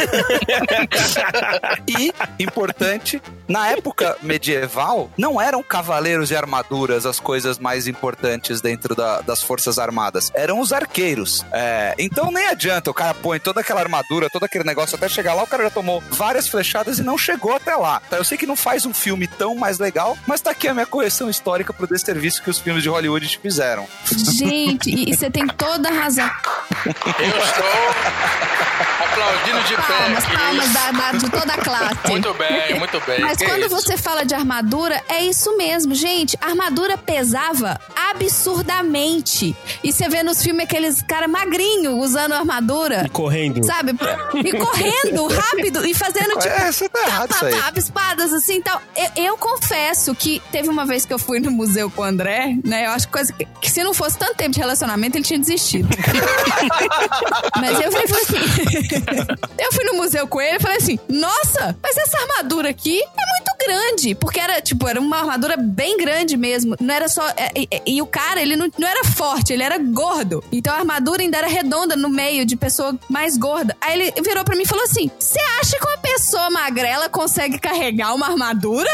É. E, importante, na época medieval, não eram cavaleiros e armaduras as coisas mais importantes dentro da- das forças armadas. Eram os arqueiros. É, então nem adianta, o cara põe toda aquela armadura, todo aquele negócio, até chegar lá, o cara já tomou várias flechadas e não chegou até lá. Ah, eu sei que não faz um filme tão mais legal, mas tá aqui a minha correção histórica pro desserviço que os filmes de Hollywood te fizeram. Gente, e você tem toda a razão. Eu estou aplaudindo de pé. Palmas, aqui. palmas da, da, de toda a classe. Muito bem, muito bem. Mas Que quando isso? você fala de armadura, é isso mesmo, gente. A armadura pesava absurdamente. E você vê nos filmes aqueles cara magrinho usando armadura. E correndo. Sabe? E correndo rápido e fazendo tipo. É, você tá errado isso aí. Tapa, tapa, espadas assim e tal. Eu, eu confesso que teve uma vez que eu fui no museu com o André, né? Eu acho que coisa que, que se não fosse tanto tempo de relacionamento, ele tinha desistido. Mas eu falei assim. Eu fui no museu com ele e falei assim: nossa, mas essa armadura aqui é muito grande. Porque era, tipo, era uma armadura bem grande mesmo. Não era só. E, e, e o cara, ele não, não era forte, ele era gordo. Então a armadura ainda era redonda no meio de pessoa mais gorda. Aí ele virou pra mim e falou assim: você acha que uma pessoa magrela consegue carregar uma armadura?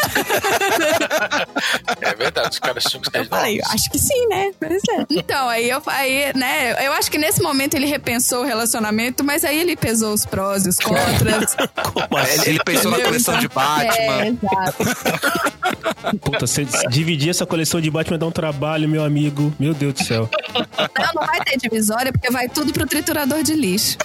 É verdade, os caras tinham que ter Eu falei, eu acho que sim, né? Pois é. Então, aí eu aí, né? Eu acho que nesse momento ele repensou o relacionamento, mas aí ele pesou os prós e os contras. Como assim? Ele, ele pensou na Entendeu? coleção de Batman. É, exato. Puta, você dividir essa coleção de Batman dá um trabalho, meu amigo. Meu Deus do céu. Não, não vai ter divisória, porque vai tudo pro triturador de lixo.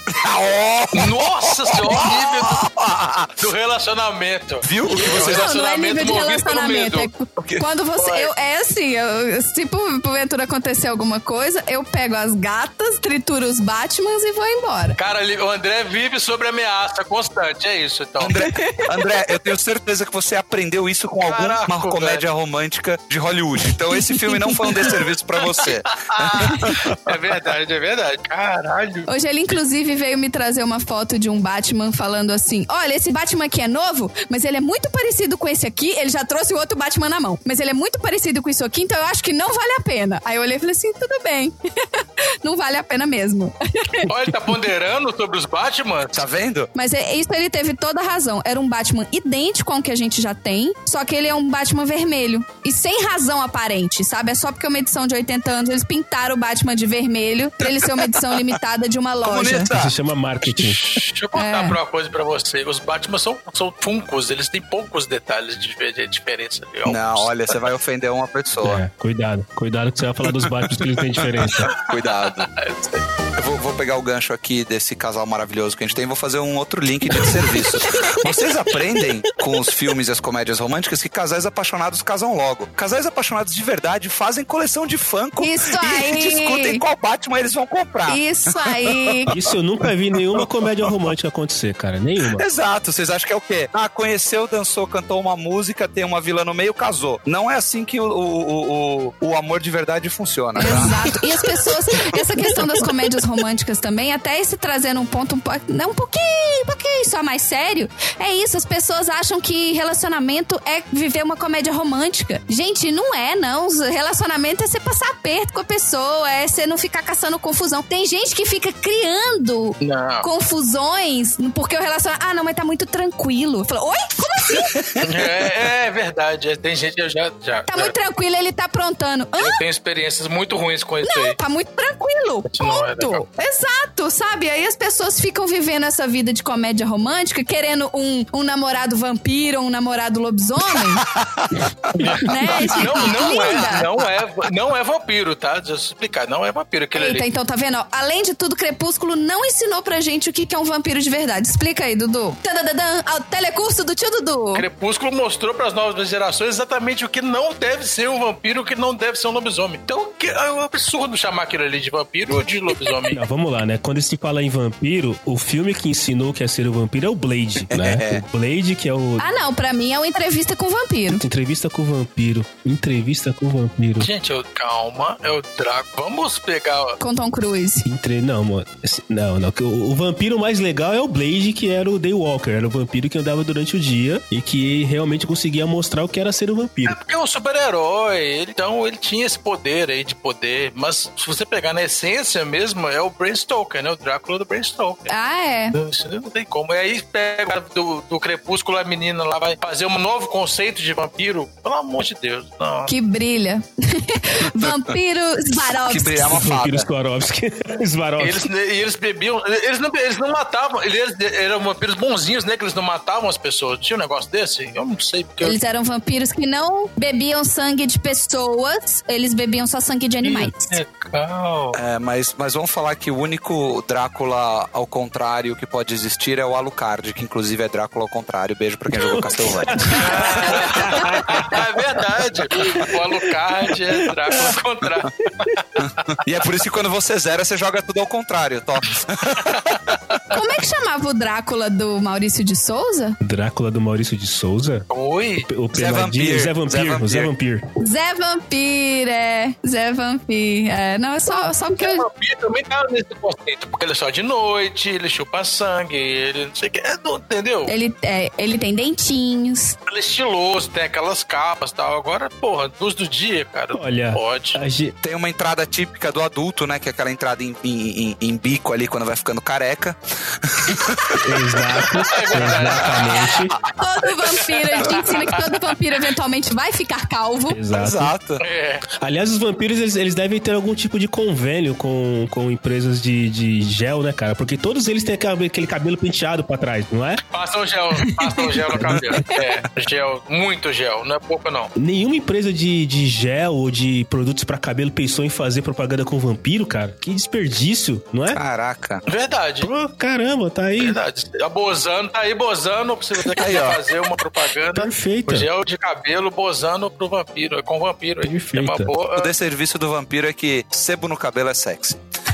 Nossa senhora, o nível do, do relacionamento. Viu o que vocês Não, não é relacionamento nível de movido pelo relacionamento. medo. É quando você. Eu, é assim, eu, se por- porventura acontecer alguma coisa, eu pego as gatas, trituro os Batmans e vou embora. Cara, ele- o André vive sobre ameaça constante, é isso, então. André, André, eu tenho certeza que você aprendeu isso com alguma Caraca, comédia romântica de Hollywood. Então esse filme não foi um desserviço pra você. É verdade, é verdade. Caralho. Hoje ele, inclusive, veio me trazer uma foto de um Batman falando assim: olha, esse Batman aqui é novo, mas ele é muito parecido com esse aqui. Ele já trouxe o outro Batman na mão. Mas ele é muito parecido com isso aqui, então eu acho que não vale a pena. Aí eu olhei e falei assim: tudo bem. Não vale a pena mesmo. Olha, ele tá ponderando sobre os Batman. Tá vendo? Mas é- isso ele teve toda a razão. Era um Batman idêntico ao que a gente já tem, só que ele é um Batman vermelho. E sem razão aparente, sabe? É só porque é uma edição de oitenta anos, eles pintaram o Batman de vermelho pra ele ser uma edição limitada de uma loja. Comunista. Isso se chama marketing. Deixa eu contar É. pra uma coisa pra você. Os Batman são, são funcos, eles têm poucos detalhes de, de diferença. de alguns. Não, olha, você vai ofender uma pessoa. É, cuidado. Cuidado que você vai falar dos Batman que eles têm diferença. Cuidado. Eu vou, vou pegar o gancho aqui desse casal maravilhoso que a gente tem e vou fazer um outro link de serviço. Vocês aprendem com os filmes e as comédias românticas que casais apaixonados casam logo. Casais apaixonados de verdade fazem coleção de Funko Isso e aí. discutem qual Batman eles vão comprar. Isso aí. Isso eu nunca vi nenhuma comédia romântica acontecer, cara. Nenhuma. Exato, vocês acham que é o quê? Ah, conheceu, dançou, cantou uma música, tem uma vilã no meio, casou. Não é assim que o, o, o, o amor de verdade funciona, tá? Exato. E as pessoas, essa questão das comédias românticas também, até esse trazendo um ponto um, po- não, um pouquinho, um pouquinho só mais sério, é isso, as pessoas acham que relacionamento é viver uma comédia romântica. Gente, não é, não. Relacionamento é você passar aperto com a pessoa, é você não ficar caçando confusão. Tem gente que fica criando Não. confusões porque o relacionamento... Ah, não, mas tá muito tranquilo. Fala, oi? Como assim? É, é verdade. é, Tem gente que eu já. já Tá já- muito tranquilo, ele tá aprontando. Hã? Eu tenho experiências muito ruins com isso Não, aí. tá muito tranquilo. Isso não é legal. Ponto. Exato, sabe? Aí as pessoas ficam vivendo essa vida de comédia romântica, querendo um, um namorado vampiro, um namorado lobisomem. Né? Gente, Não, não linda. é, não é, não é vampiro, tá? Deixa eu explicar, não é vampiro aquele Eita, ali. então tá vendo? Ó, além de tudo, Crepúsculo não ensinou pra gente o que que é um vampiro de verdade. Explica aí, Dudu. Tadadadã, ao telecurso do tio Dudu. Crepúsculo mostrou pras novas gerações exatamente o que não deve ser um vampiro e o que não deve ser um lobisomem. Então, que- é um absurdo chamar aquilo ali de vampiro ou de lobisomem. Não, vamos lá, né? Quando se fala em vampiro, o filme que ensinou que é ser o vampiro é o Blade, né? O Blade, que é o... Ah, não, pra mim é uma entrevista com o vampiro. Entrevista com o vampiro. Entrevista com o vampiro. Gente, eu, calma, é o Draco. Vamos pegar. ó, Com Tom Cruise. Entre... Não, mano. Esse- Não, não. que O, o vampiro mais legal é o Blade, que era o Daywalker. Era o vampiro que andava durante o dia e que realmente conseguia mostrar o que era ser o vampiro. Porque é um super-herói, ele- então ele tinha esse poder aí de poder. Mas se você pegar na essência mesmo, é o Bram Stoker, né? O Drácula do Bram Stoker. Ah, é. Não, isso não tem como. E aí pega do, do Crepúsculo, a menina lá vai fazer um novo conceito de vampiro. Pelo amor de Deus. Não. Que brilha. Vampiro Swarovski. Que brilha uma Vampiro fada. Swarovski. Swarovski. Eles, e eles bebiam, eles não, eles não matavam, eles eram vampiros bonzinhos, né? Que eles não matavam as pessoas. Não tinha um negócio desse? Eu não sei, porque... Eles eram vampiros que não bebiam sangue de pessoas, eles bebiam só sangue de animais. Legal. É, mas, mas vamos falar que o único Drácula ao contrário que pode existir é o Alucard, que inclusive é Drácula ao contrário. Beijo pra quem jogou Castlevania. É verdade. O Alucard é Drácula ao contrário. E é por isso que quando você zera, você joga tudo ao contrário, top. Como é que chamava o Drácula do Maurício de Souza? Drácula do Maurício de Souza? Oi. O peladinho, Zé Vampir. Zé Vampir. Zé Vampir, é. Zé Vampir. É. Não, é só, só porque... O Vampir também tá nesse conceito, porque ele é só de noite, ele chupa sangue, ele não sei o que, é, não, entendeu? Ele, é, ele tem dentinhos. Ele é estiloso, tem aquelas capas e tal. Agora, porra, luz do dia, cara, olha, pode. Gente... Tem uma entrada típica do adulto, né? Que é aquela entrada em, em, em bico ali, quando vai ficando careca. Exato, exatamente. Todo vampiro, a gente ensina que todo vampiro eventualmente vai ficar calvo. Exato. Exato. É. Aliás, os vampiros, eles, eles devem ter algum tipo de convênio com, com empresas de, de gel, né, cara? Porque todos eles têm aquele, aquele cabelo penteado pra trás, não é? Passam gel, passam gel no cabelo. É, gel, muito gel, não é pouco não. Nenhuma empresa de, de gel ou de produtos pra cabelo pensou em fazer propaganda com vampiro, cara? Que desperdício, não é? Caraca. Verdade. Pô, caramba, tá aí. Verdade. A Bozano, tá aí Bozano, se você quiser fazer uma propaganda. Perfeita. O gel de cabelo Bozano pro vampiro, é com vampiro. Perfeita. É uma boa... O desserviço do vampiro é que sebo no cabelo é sexy.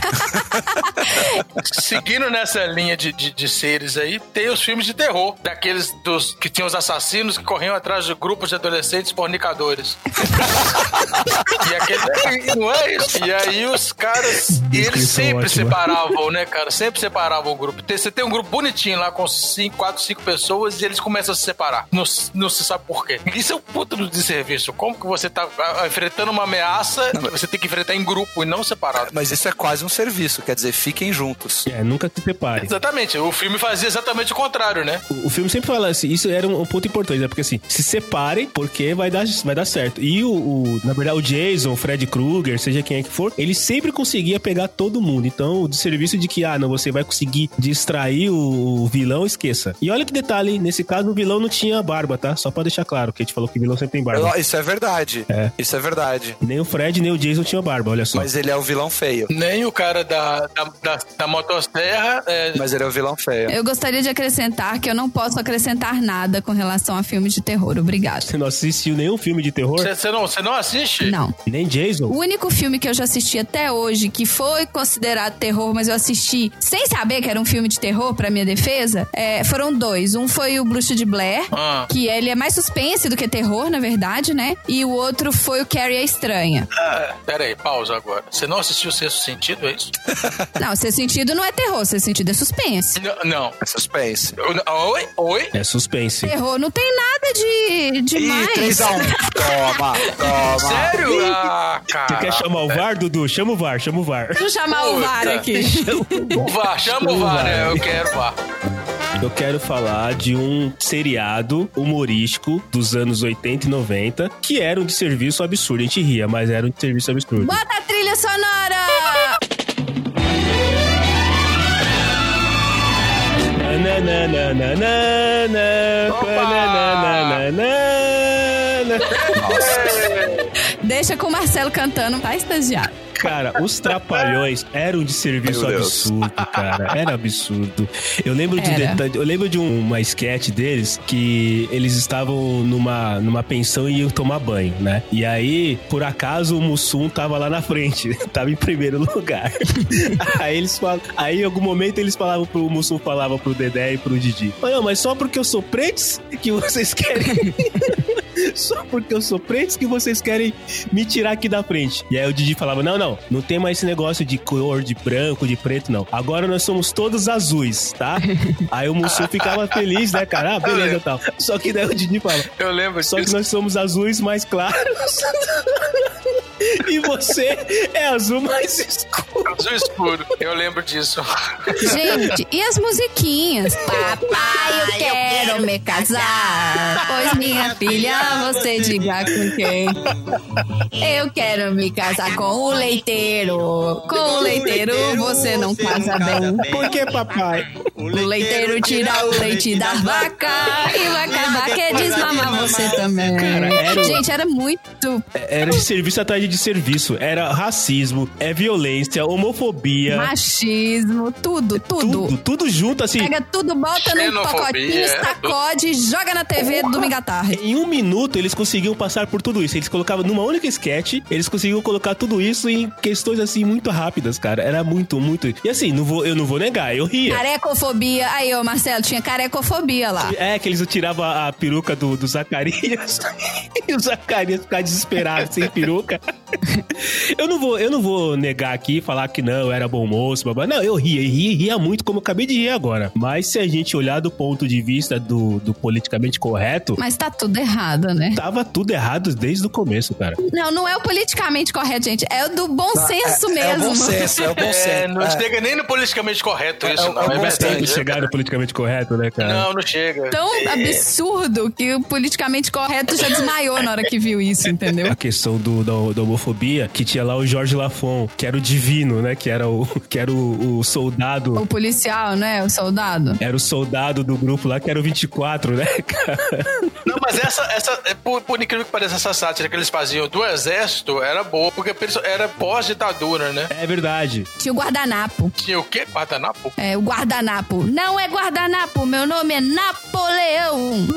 Seguindo nessa linha de, de, de seres aí, tem os filmes de terror, daqueles dos, que tinham os assassinos que corriam atrás de grupos de adolescentes fornicadores. E aquele, não é isso? E aí os caras, eles sempre ótima. separavam, né, cara? Sempre separavam o grupo. Você tem um grupo bonitinho lá com cinco, quatro, cinco pessoas e eles começam a se separar. Não, não se sabe por quê. Isso é um puto de serviço. Como que você tá enfrentando uma ameaça, você tem que enfrentar em grupo e não separado? Mas isso é quase um serviço, quer dizer, fiquem juntos. É, nunca se separem. Exatamente, o filme fazia exatamente o contrário, né? O, o filme sempre fala assim, isso era um, um ponto importante, né? Porque assim, se separem, porque vai dar, vai dar certo. E o, o na verdade, o Jason, o Fred Krueger, seja quem é que for, ele sempre conseguia pegar todo mundo. Então, o serviço de que, ah, não, você vai conseguir distrair o, o vilão, esqueça. E olha que detalhe, nesse caso, o vilão não tinha barba, tá? Só pra deixar claro, que a gente falou que o vilão sempre tem barba. Isso é verdade. É. Isso é verdade. Nem o Fred, nem o Jason tinham barba, olha só. Mas ele é o vilão feio. Nem o cara da, da, da, da motosserra... É... Mas ele é o vilão feio. Eu gostaria de acrescentar que eu não posso acrescentar nada com relação a filmes de terror. Obrigado. Você não assistiu nenhum filme de terror? Você não, você não assiste? Não. Nem Jason? O único filme que eu já assisti até hoje que foi considerado terror, mas eu assisti sem saber que era um filme de terror, pra minha defesa, é, foram dois. Um foi o Bruxa de Blair, ah. que ele é mais suspense do que terror, na verdade, né? E o outro foi o Carrie a Estranha. Ah, pera aí, pausa agora. Você não assistiu o Sexto Sentido, é isso? Não, Sexto Sentido não é terror, Sexto Sentido é suspense. Não. não. É suspense. Oi? Oi? É suspense. Terror não tem nada de demais. Ih, três a um. Toma, toma. Sério? Ah, cara. Você quer chamar o V A R, Dudu? Chama o V A R, chama o V A R. Deixa eu chamar o V A R aqui. O V A R, chama o V A R, né? Eu quero o V A R. Eu quero falar de um seriado humorístico dos anos oitenta e noventa que era um de serviço absurdo. A gente ria, mas era um de serviço absurdo. Bota a trilha sonora! Deixa com o Marcelo cantando, tá estagiado. Cara, os Trapalhões eram de serviço absurdo, cara. Era absurdo. Eu lembro de, de, eu lembro de um, uma sketch deles que eles estavam numa, numa pensão e iam tomar banho, né? E aí, por acaso, o Mussum tava lá na frente. Tava em primeiro lugar. Aí eles falam, aí em algum momento eles falavam pro o Mussum falava pro Dedé e pro Didi. Olha, mas só porque eu sou preto que vocês querem... Só porque eu sou preto que vocês querem me tirar aqui da frente. E aí o Didi falava, não, não, não tem mais esse negócio de cor, de branco, de preto, não. Agora nós somos todos azuis, tá? Aí o Mussum ficava feliz, né, cara? Ah, beleza, tal. Só que daí o Didi fala, eu lembro só disso. que nós somos azuis mais claros. E você é azul mais escuro. Azul escuro, eu lembro disso. Gente, e as musiquinhas? Papai, eu quero me casar, pois minha filha, você diga com quem. Eu quero me casar com o leiteiro. Com o leiteiro você não casa bem. Por que, papai? O leiteiro tira o leite da vaca e vai acabar que desmamar você também. Cara, era... Gente, era muito... Era de serviço atrás de serviço. Era racismo, é violência, homofobia. Machismo, tudo, tudo. Tudo, tudo junto, assim. Pega tudo, bota num Xenofobia, pacotinho, sacode, joga na T V domingo à tarde. Em um minuto, eles conseguiam passar por tudo isso. Eles colocavam numa única sketch, eles conseguiam colocar tudo isso em questões, assim, muito rápidas, cara. Era muito, muito... E assim, não vou, eu não vou negar, eu ria. Carecofobia. Aí, ô Marcelo, tinha carecofobia lá. É, que eles tiravam a, a peruca do, do Zacarias e o Zacarias ficava desesperado, sem peruca. Eu não vou, eu não vou negar aqui, falar que não, eu era bom moço, babá. Não, eu ria, ria, ria muito, como eu acabei de rir agora. Mas se a gente olhar do ponto de vista do, do politicamente correto... Mas tá tudo errado, né? Tava tudo errado desde o começo, cara. Não, não é o politicamente correto, gente. É o do bom senso é, mesmo. É o bom senso, é o bom senso. É, não é. chega nem no politicamente correto isso, É, não. é, É, é verdade. Tem que chegar no politicamente correto, né, cara? Não, não chega. Tão É. absurdo que o politicamente correto já desmaiou na hora que viu isso, entendeu? A questão do, da, da homofobia, que tinha lá o Jorge Lafon, que era o divino, né? Que era o, que era o, o soldado... O policial, né? O soldado. Era o soldado do grupo lá, que era o vinte e quatro, né, cara? Não, mas essa, essa é, por, por incrível que pareça, essa sátira que eles faziam do exército era boa, porque era pós-ditadura, né? É verdade. Tinha o guardanapo. Tinha o quê? Guardanapo? É, o guardanapo. Não é guardanapo, meu nome é Napoleão.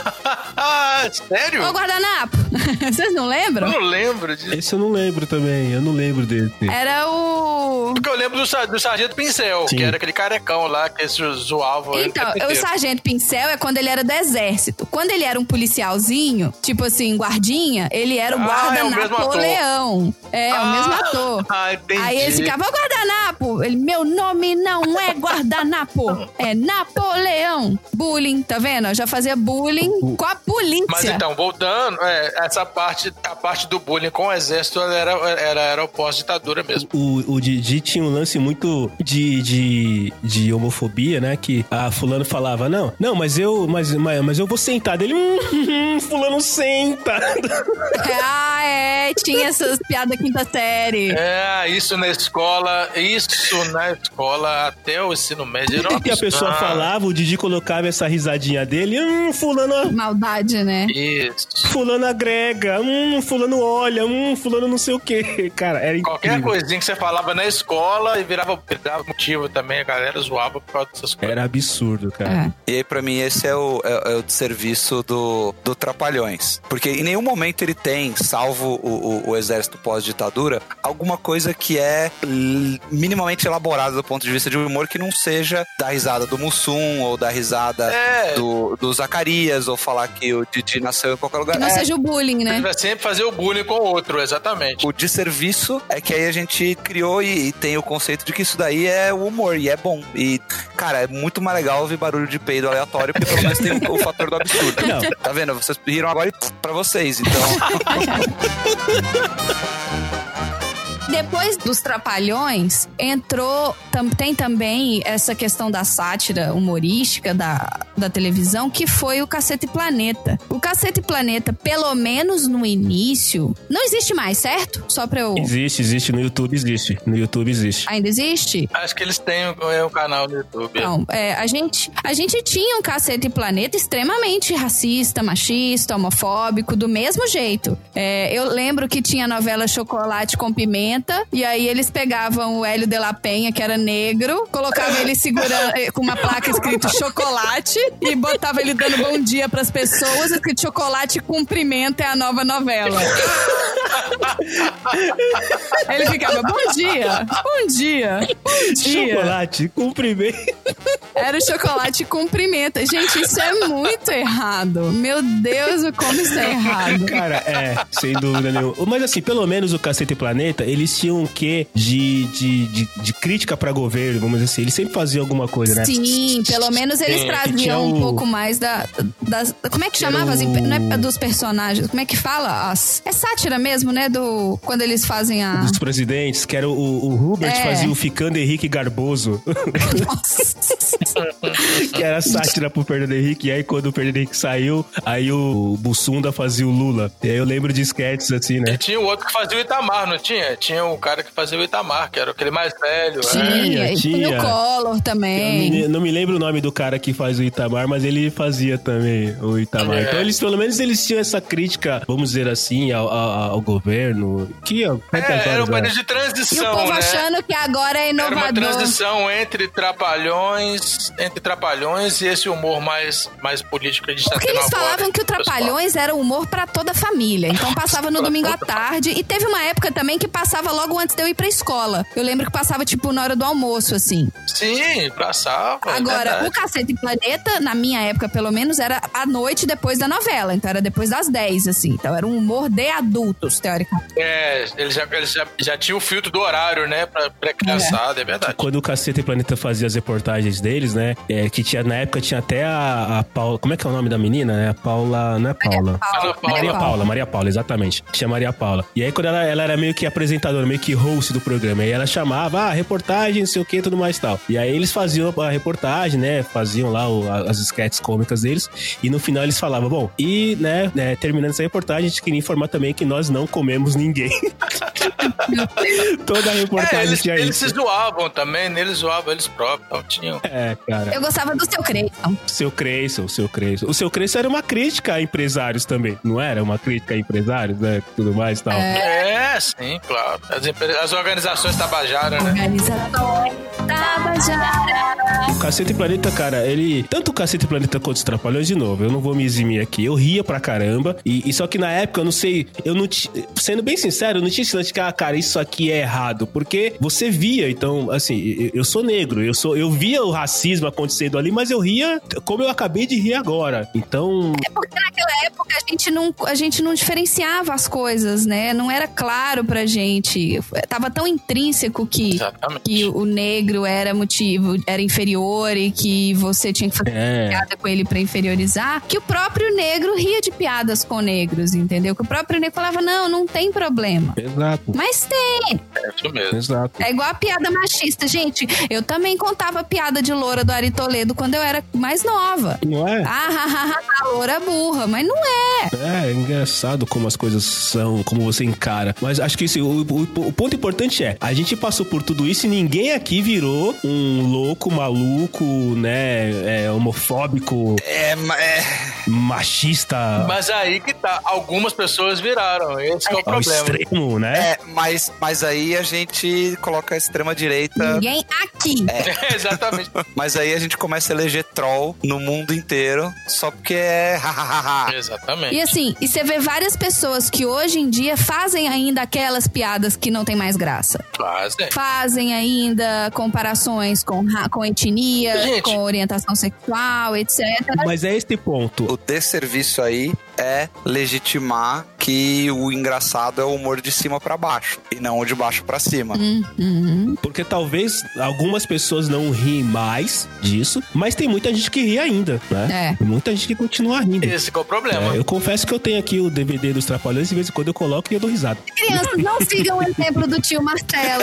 Ah, sério? Ô, guardanapo. Vocês não Eu lembram? não lembro disso. Esse eu não lembro também, eu não lembro desse. Era o... Porque eu lembro do, sa- do Sargento Pincel, Sim. que era aquele carecão lá que eles zoavam. ele Então, tempo o inteiro. sargento Pincel é quando ele era do exército. Quando ele era um policialzinho, tipo assim, guardinha, ele era o Ah, guarda é o mesmo Napoleão. É, Ah, o mesmo ator. Ah, entendi. Aí ele ficava, "Ô, guardanapo." Ele, meu nome não é guardanapo, é Napoleão. Bullying, tá vendo? Eu já fazia bullying com a polícia. Mas então, voltando, é, essa parte, a parte do bullying com o exército ela era, era, era o pós-ditadura mesmo. O, o Didi tinha um lance muito de, de, de homofobia, né? Que a fulano falava, não, não, mas eu, mas, mas, mas eu vou sentar dele. Hum, hum, fulano senta. Ah, é, tinha essas piadas quinta série. É, isso na escola, isso na escola até o ensino médio era uma E a pessoa falava, o Didi colocava essa risadinha dele. Hum, fulano, Maldade, né? Isso. fulano agrega. Hum, fulano olha. Hum, fulano não sei o quê. Cara, era incrível. Qualquer coisinha que você falava na escola e virava, virava motivo também, a galera zoava por causa dessas coisas. Era absurdo, cara. É. E aí, pra mim, esse é o, é, é o serviço do, do Trapalhões. Porque em nenhum momento ele tem, salvo o, o, o exército pós-ditadura, alguma coisa que é l- minimamente elaborada do ponto de vista de humor que não seja da risada do Mussum ou da risada É. do, do Zacarias ou falar que o Didi nasceu em qualquer lugar. Que não É, seja o bullying, né? Ele vai sempre fazer o bullying com o outro, exatamente. O desserviço é que aí a gente criou e, e tem o conceito de que isso daí é o humor e é bom. E, cara, é muito mais legal ouvir barulho de peido aleatório porque pelo menos tem o, o fator do absurdo. Não. Tá vendo? Vocês riram agora e pra vocês, então... Depois dos Trapalhões, entrou... tam- tem também essa questão da sátira humorística da, da televisão, que foi o Cacete e Planeta. O Cacete e Planeta, pelo menos no início... Não existe mais, certo? Só pra eu... Existe, existe. No YouTube existe. No YouTube existe. Ainda existe? Acho que eles têm um, é, um canal no YouTube. Não, é, a gente, a gente tinha um Cacete e Planeta extremamente racista, machista, homofóbico, do mesmo jeito. É, eu lembro que tinha a novela Chocolate com Pimenta, e aí eles pegavam o Hélio de la Penha, que era negro, colocavam ele segurando eh, com uma placa escrito chocolate e botava ele dando bom dia pras pessoas, escrito chocolate com pimenta é a nova novela. Ele ficava, bom dia, bom dia, bom dia. Chocolate, cumprimento. Era o chocolate com pimenta. Gente, isso é muito errado. Meu Deus, como isso é errado. Cara, é, sem dúvida nenhuma. Mas assim, pelo menos o Cacete e Planeta, eles tinham um quê de, de, de, de crítica pra governo, vamos dizer assim. Eles sempre faziam alguma coisa, né? Sim, pelo menos eles Sim, traziam tinha um o- pouco mais da, das... Como é que chamava? As impe- Não é dos personagens. Como é que fala? As, é sátira mesmo, né? Do, quando eles fazem a... Dos presidentes, que era o, o Hubert É. fazia o Ficando Henrique Garboso. Nossa. Que era sátira pro Fernando Henrique. E aí, quando o Fernando Henrique saiu, aí o Bussunda fazia o Lula. E aí eu lembro de sketches assim, né? E tinha o outro que fazia o Itamar, não tinha? Tinha o cara que fazia o Itamar, que era aquele mais velho. Tinha, Tinha, e tinha. tinha o Collor também. Eu não me lembro o nome do cara que faz o Itamar, mas ele fazia também o Itamar. É. Então, eles, pelo menos, eles tinham essa crítica, vamos dizer assim, ao, ao, ao governo. Que, ó, É, era um período de E o transição, povo né? achando que agora é Era uma inovador. transição entre trapalhões, entre trapalhões e esse humor mais, mais político que a gente tá Porque tendo eles agora. falavam que o Trapalhões era humor pra toda a família. Então passava no domingo à tarde. E teve uma época também que passava logo antes de eu ir pra escola. Eu lembro que passava, tipo, na hora do almoço, assim. Sim, passava. é Agora, verdade. o Cacete e Planeta, na minha época, pelo menos, era à noite depois da novela. Então era depois das dez, assim. Então era um humor de adultos, teoricamente. É, eles já, eles já, já tinham o filtro do horário, né? Pra, pra criançada, é. é verdade. Quando o Cacete e Planeta fazia as reportagens deles, né? É, que tinha, na época tinha até a, a Paula. Como é que é o nome da menina, né? A Paula. Não é Paula? Paula. Paula. Maria Paula, Maria Paula, exatamente. Tinha Maria Paula. E aí, quando ela, ela era meio que apresentadora, meio que host do programa, aí ela chamava, ah, reportagem, não sei o que, tudo mais e tal. E aí eles faziam a reportagem, né? Faziam lá o, as sketches cômicas deles. E no final eles falavam, bom, e, né, né, terminando essa reportagem, a gente queria informar também que nós não comemos ninguém. Toda a reportagem É, eles, tinha eles isso. se zoavam também, né? Eles zoavam eles próprios, então tinham. É, cara. Eu gostava do Seu Creyson. Seu Creyson, o Seu Creyson. O Seu Creyson era uma crítica a empresários também, não era? Uma crítica a empresários, né? Tudo mais e tal. É, sim, claro. As, empre- as organizações tabajaras, né? Organizações Tabajara. O Cacete e Planeta, cara, ele... Tanto o Cacete e Planeta quanto os Trapalhões, de novo, eu não vou me eximir aqui. Eu ria pra caramba. E, e só que na época, eu não sei... Eu não t... Sendo bem sincero, eu não tinha esse lance de que, ah, cara, isso aqui é errado. Porque você via, então, assim, eu, eu sou negro. Eu, sou, eu via o racismo acontecendo ali, mas eu ria como eu acabei de rir agora. Então... É porque naquela época a gente não, a gente não diferenciava as coisas, né? Não era claro pra gente. Tava tão intrínseco que, Exatamente. que o negro era motivo, era inferior e que você tinha que fazer É. piada com ele pra inferiorizar, que o próprio negro ria de piadas com negros, entendeu? Que o próprio negro falava, não, não tem problema. Exato. Mas tem. É isso mesmo. Exato. É igual a piada machista. Gente, eu também contava piada de loura do Ari Toledo quando eu era mais nova. Não é? Ah, ha, ha, ha, ha, loura burra. Mas não é. É, é engraçado como as coisas são, como você encara. Mas acho que isso, o, o, o ponto importante é, a gente passou por tudo isso e ninguém aqui virou um louco, maluco, né, é, homofóbico, É, ma- é, machista Mas aí que tá. Algumas pessoas viraram. Esse que é o ao problema. extremo, né? é mas, mas aí a gente coloca a extrema-direita. Ninguém aqui. É, exatamente. Mas aí a gente começa a eleger troll no mundo inteiro só porque é hahaha. Exatamente. E assim, e você vê várias pessoas que hoje em dia fazem ainda aquelas piadas que não tem mais graça. Fazem. Fazem ainda comparações com, ra- com etnia, Gente. com orientação sexual, etcétera. Mas é esse ponto. O desserviço aí é legitimar que o engraçado é o humor de cima pra baixo e não o de baixo pra cima. Uhum. Porque talvez algumas pessoas não riem mais disso, mas tem muita gente que ri ainda, né? É. Tem muita gente que continua rindo. Esse que é o problema. É, eu confesso que eu tenho aqui o D V D dos Trapalhões e de vez em quando eu coloco e eu dou risada. Crianças, não sigam o exemplo do tio Marcelo.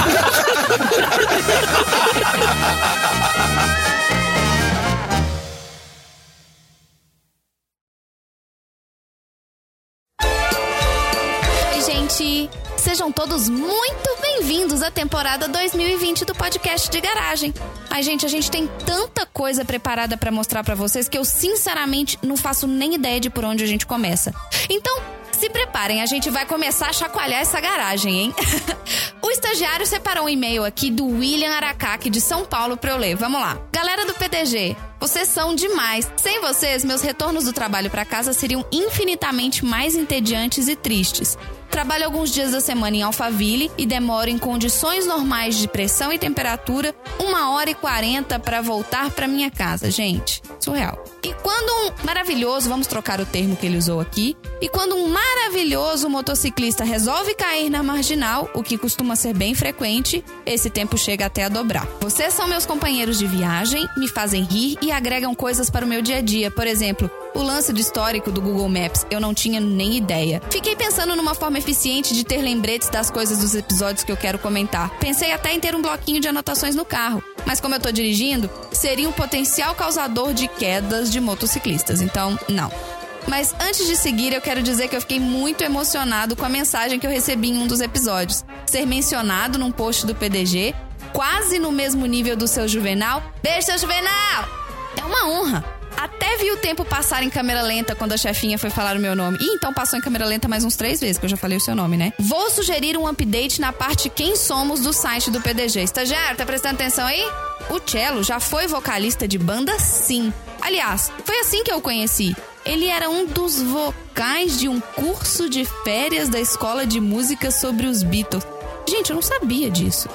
Oi, gente! Sejam todos muito bem-vindos à temporada dois mil e vinte do podcast de garagem. Ai, gente, a gente tem tanta coisa preparada pra mostrar pra vocês que eu, sinceramente, não faço nem ideia de por onde a gente começa. Então, se preparem, a gente vai começar a chacoalhar essa garagem, hein? O estagiário separou um e-mail aqui do William Aracaki, de São Paulo, pra eu ler. Vamos lá. Galera do P D G, vocês são demais. Sem vocês, meus retornos do trabalho pra casa seriam infinitamente mais entediantes e tristes. Trabalho alguns dias da semana em Alphaville e demoro em condições normais de pressão e temperatura uma hora e quarenta para voltar para minha casa, gente. Surreal. E quando um maravilhoso, vamos trocar o termo que ele usou aqui, e quando um maravilhoso motociclista resolve cair na marginal, o que costuma ser bem frequente, esse tempo chega até a dobrar. Vocês são meus companheiros de viagem, me fazem rir e agregam coisas para o meu dia a dia. Por exemplo, o lance do histórico do Google Maps, eu não tinha nem ideia. Fiquei pensando numa forma eficiente de ter lembretes das coisas dos episódios que eu quero comentar. Pensei até em ter um bloquinho de anotações no carro. mas como eu tô dirigindo, seria um potencial causador de quedas de motociclistas. Então, não. Mas antes de seguir, eu quero dizer que eu fiquei muito emocionado com a mensagem que eu recebi em um dos episódios. Ser mencionado num post do P D G, quase no mesmo nível do seu Juvenal. Beijo, seu Juvenal! É uma honra. Até vi o tempo passar em câmera lenta quando a chefinha foi falar o meu nome. Ih, então passou em câmera lenta mais uns três vezes, que eu já falei o seu nome, né? Vou sugerir um update na parte Quem Somos do site do P D G. Estagiário, tá prestando atenção aí? O Cello já foi vocalista de banda, sim. Aliás, foi assim que eu o conheci. Ele era um dos vocais de um curso de férias da escola de música sobre os Beatles. Gente, eu não sabia disso.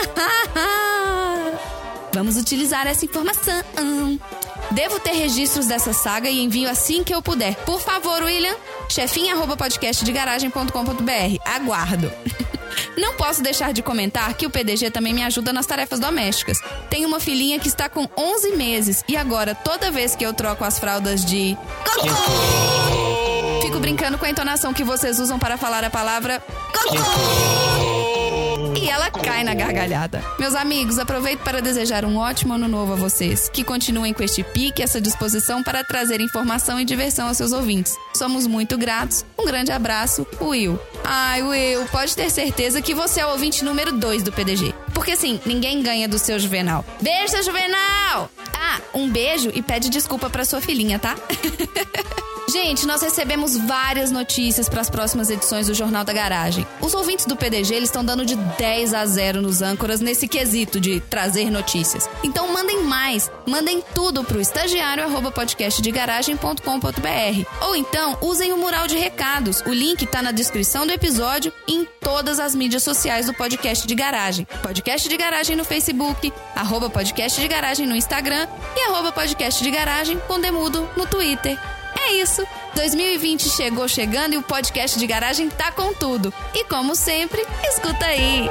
Vamos utilizar essa informação. Devo ter registros dessa saga e envio assim que eu puder. Por favor, William, chefinha arroba podcast de garagem ponto com ponto b r. Aguardo. Não posso deixar de comentar que o P D G também me ajuda nas tarefas domésticas. Tenho uma filhinha que está com onze meses e agora, toda vez que eu troco as fraldas de... Cocô! Fico brincando com a entonação que vocês usam para falar a palavra... Cocô! E ela cai na gargalhada. Meus amigos, aproveito para desejar um ótimo ano novo a vocês. Que continuem com este pique, essa disposição para trazer informação e diversão aos seus ouvintes. Somos muito gratos. Um grande abraço, Will. Ai, Will, pode ter certeza que você é o ouvinte número dois do P D G. Porque assim, ninguém ganha do seu Juvenal. Beijo, seu Juvenal! Ah, um beijo e pede desculpa pra sua filhinha, tá? Gente, nós recebemos várias notícias para as próximas edições do Jornal da Garagem. Os ouvintes do P D G, eles estão dando de dez a zero nos âncoras nesse quesito de trazer notícias. Então mandem mais, mandem tudo pro estagiário arroba podcast de garagem ponto com ponto b r. Ou então, usem o mural de recados. O link tá na descrição do episódio e em todas as mídias sociais do Podcast de Garagem. Podcast de Garagem no Facebook, arroba podcast de garagem no Instagram e arroba podcast de garagem com demudo no Twitter. É isso. dois mil e vinte chegou chegando e o podcast de garagem tá com tudo. E como sempre, escuta aí.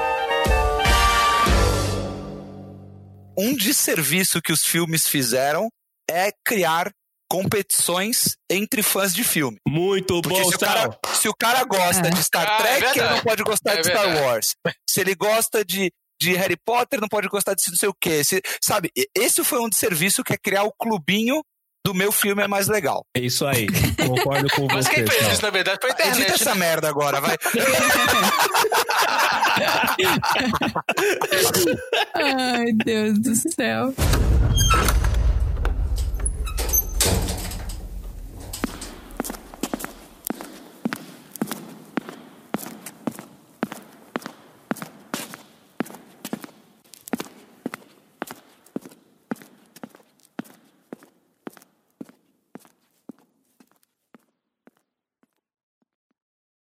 Um desserviço que os filmes fizeram é criar competições entre fãs de filme. Muito Porque bom, se o, cara, se o cara gosta É. de Star Ah, é Trek, ele verdade. não pode gostar É de Star verdade. Wars. Se ele gosta de, de Harry Potter, não pode gostar de não sei o quê. Se, sabe, esse foi um desserviço, que é criar o clubinho do meu filme é mais legal. É isso aí. Concordo com Mas você. quem fez Sal. isso, na verdade, foi a Edita internet. essa merda agora, vai. Ai, Deus do céu.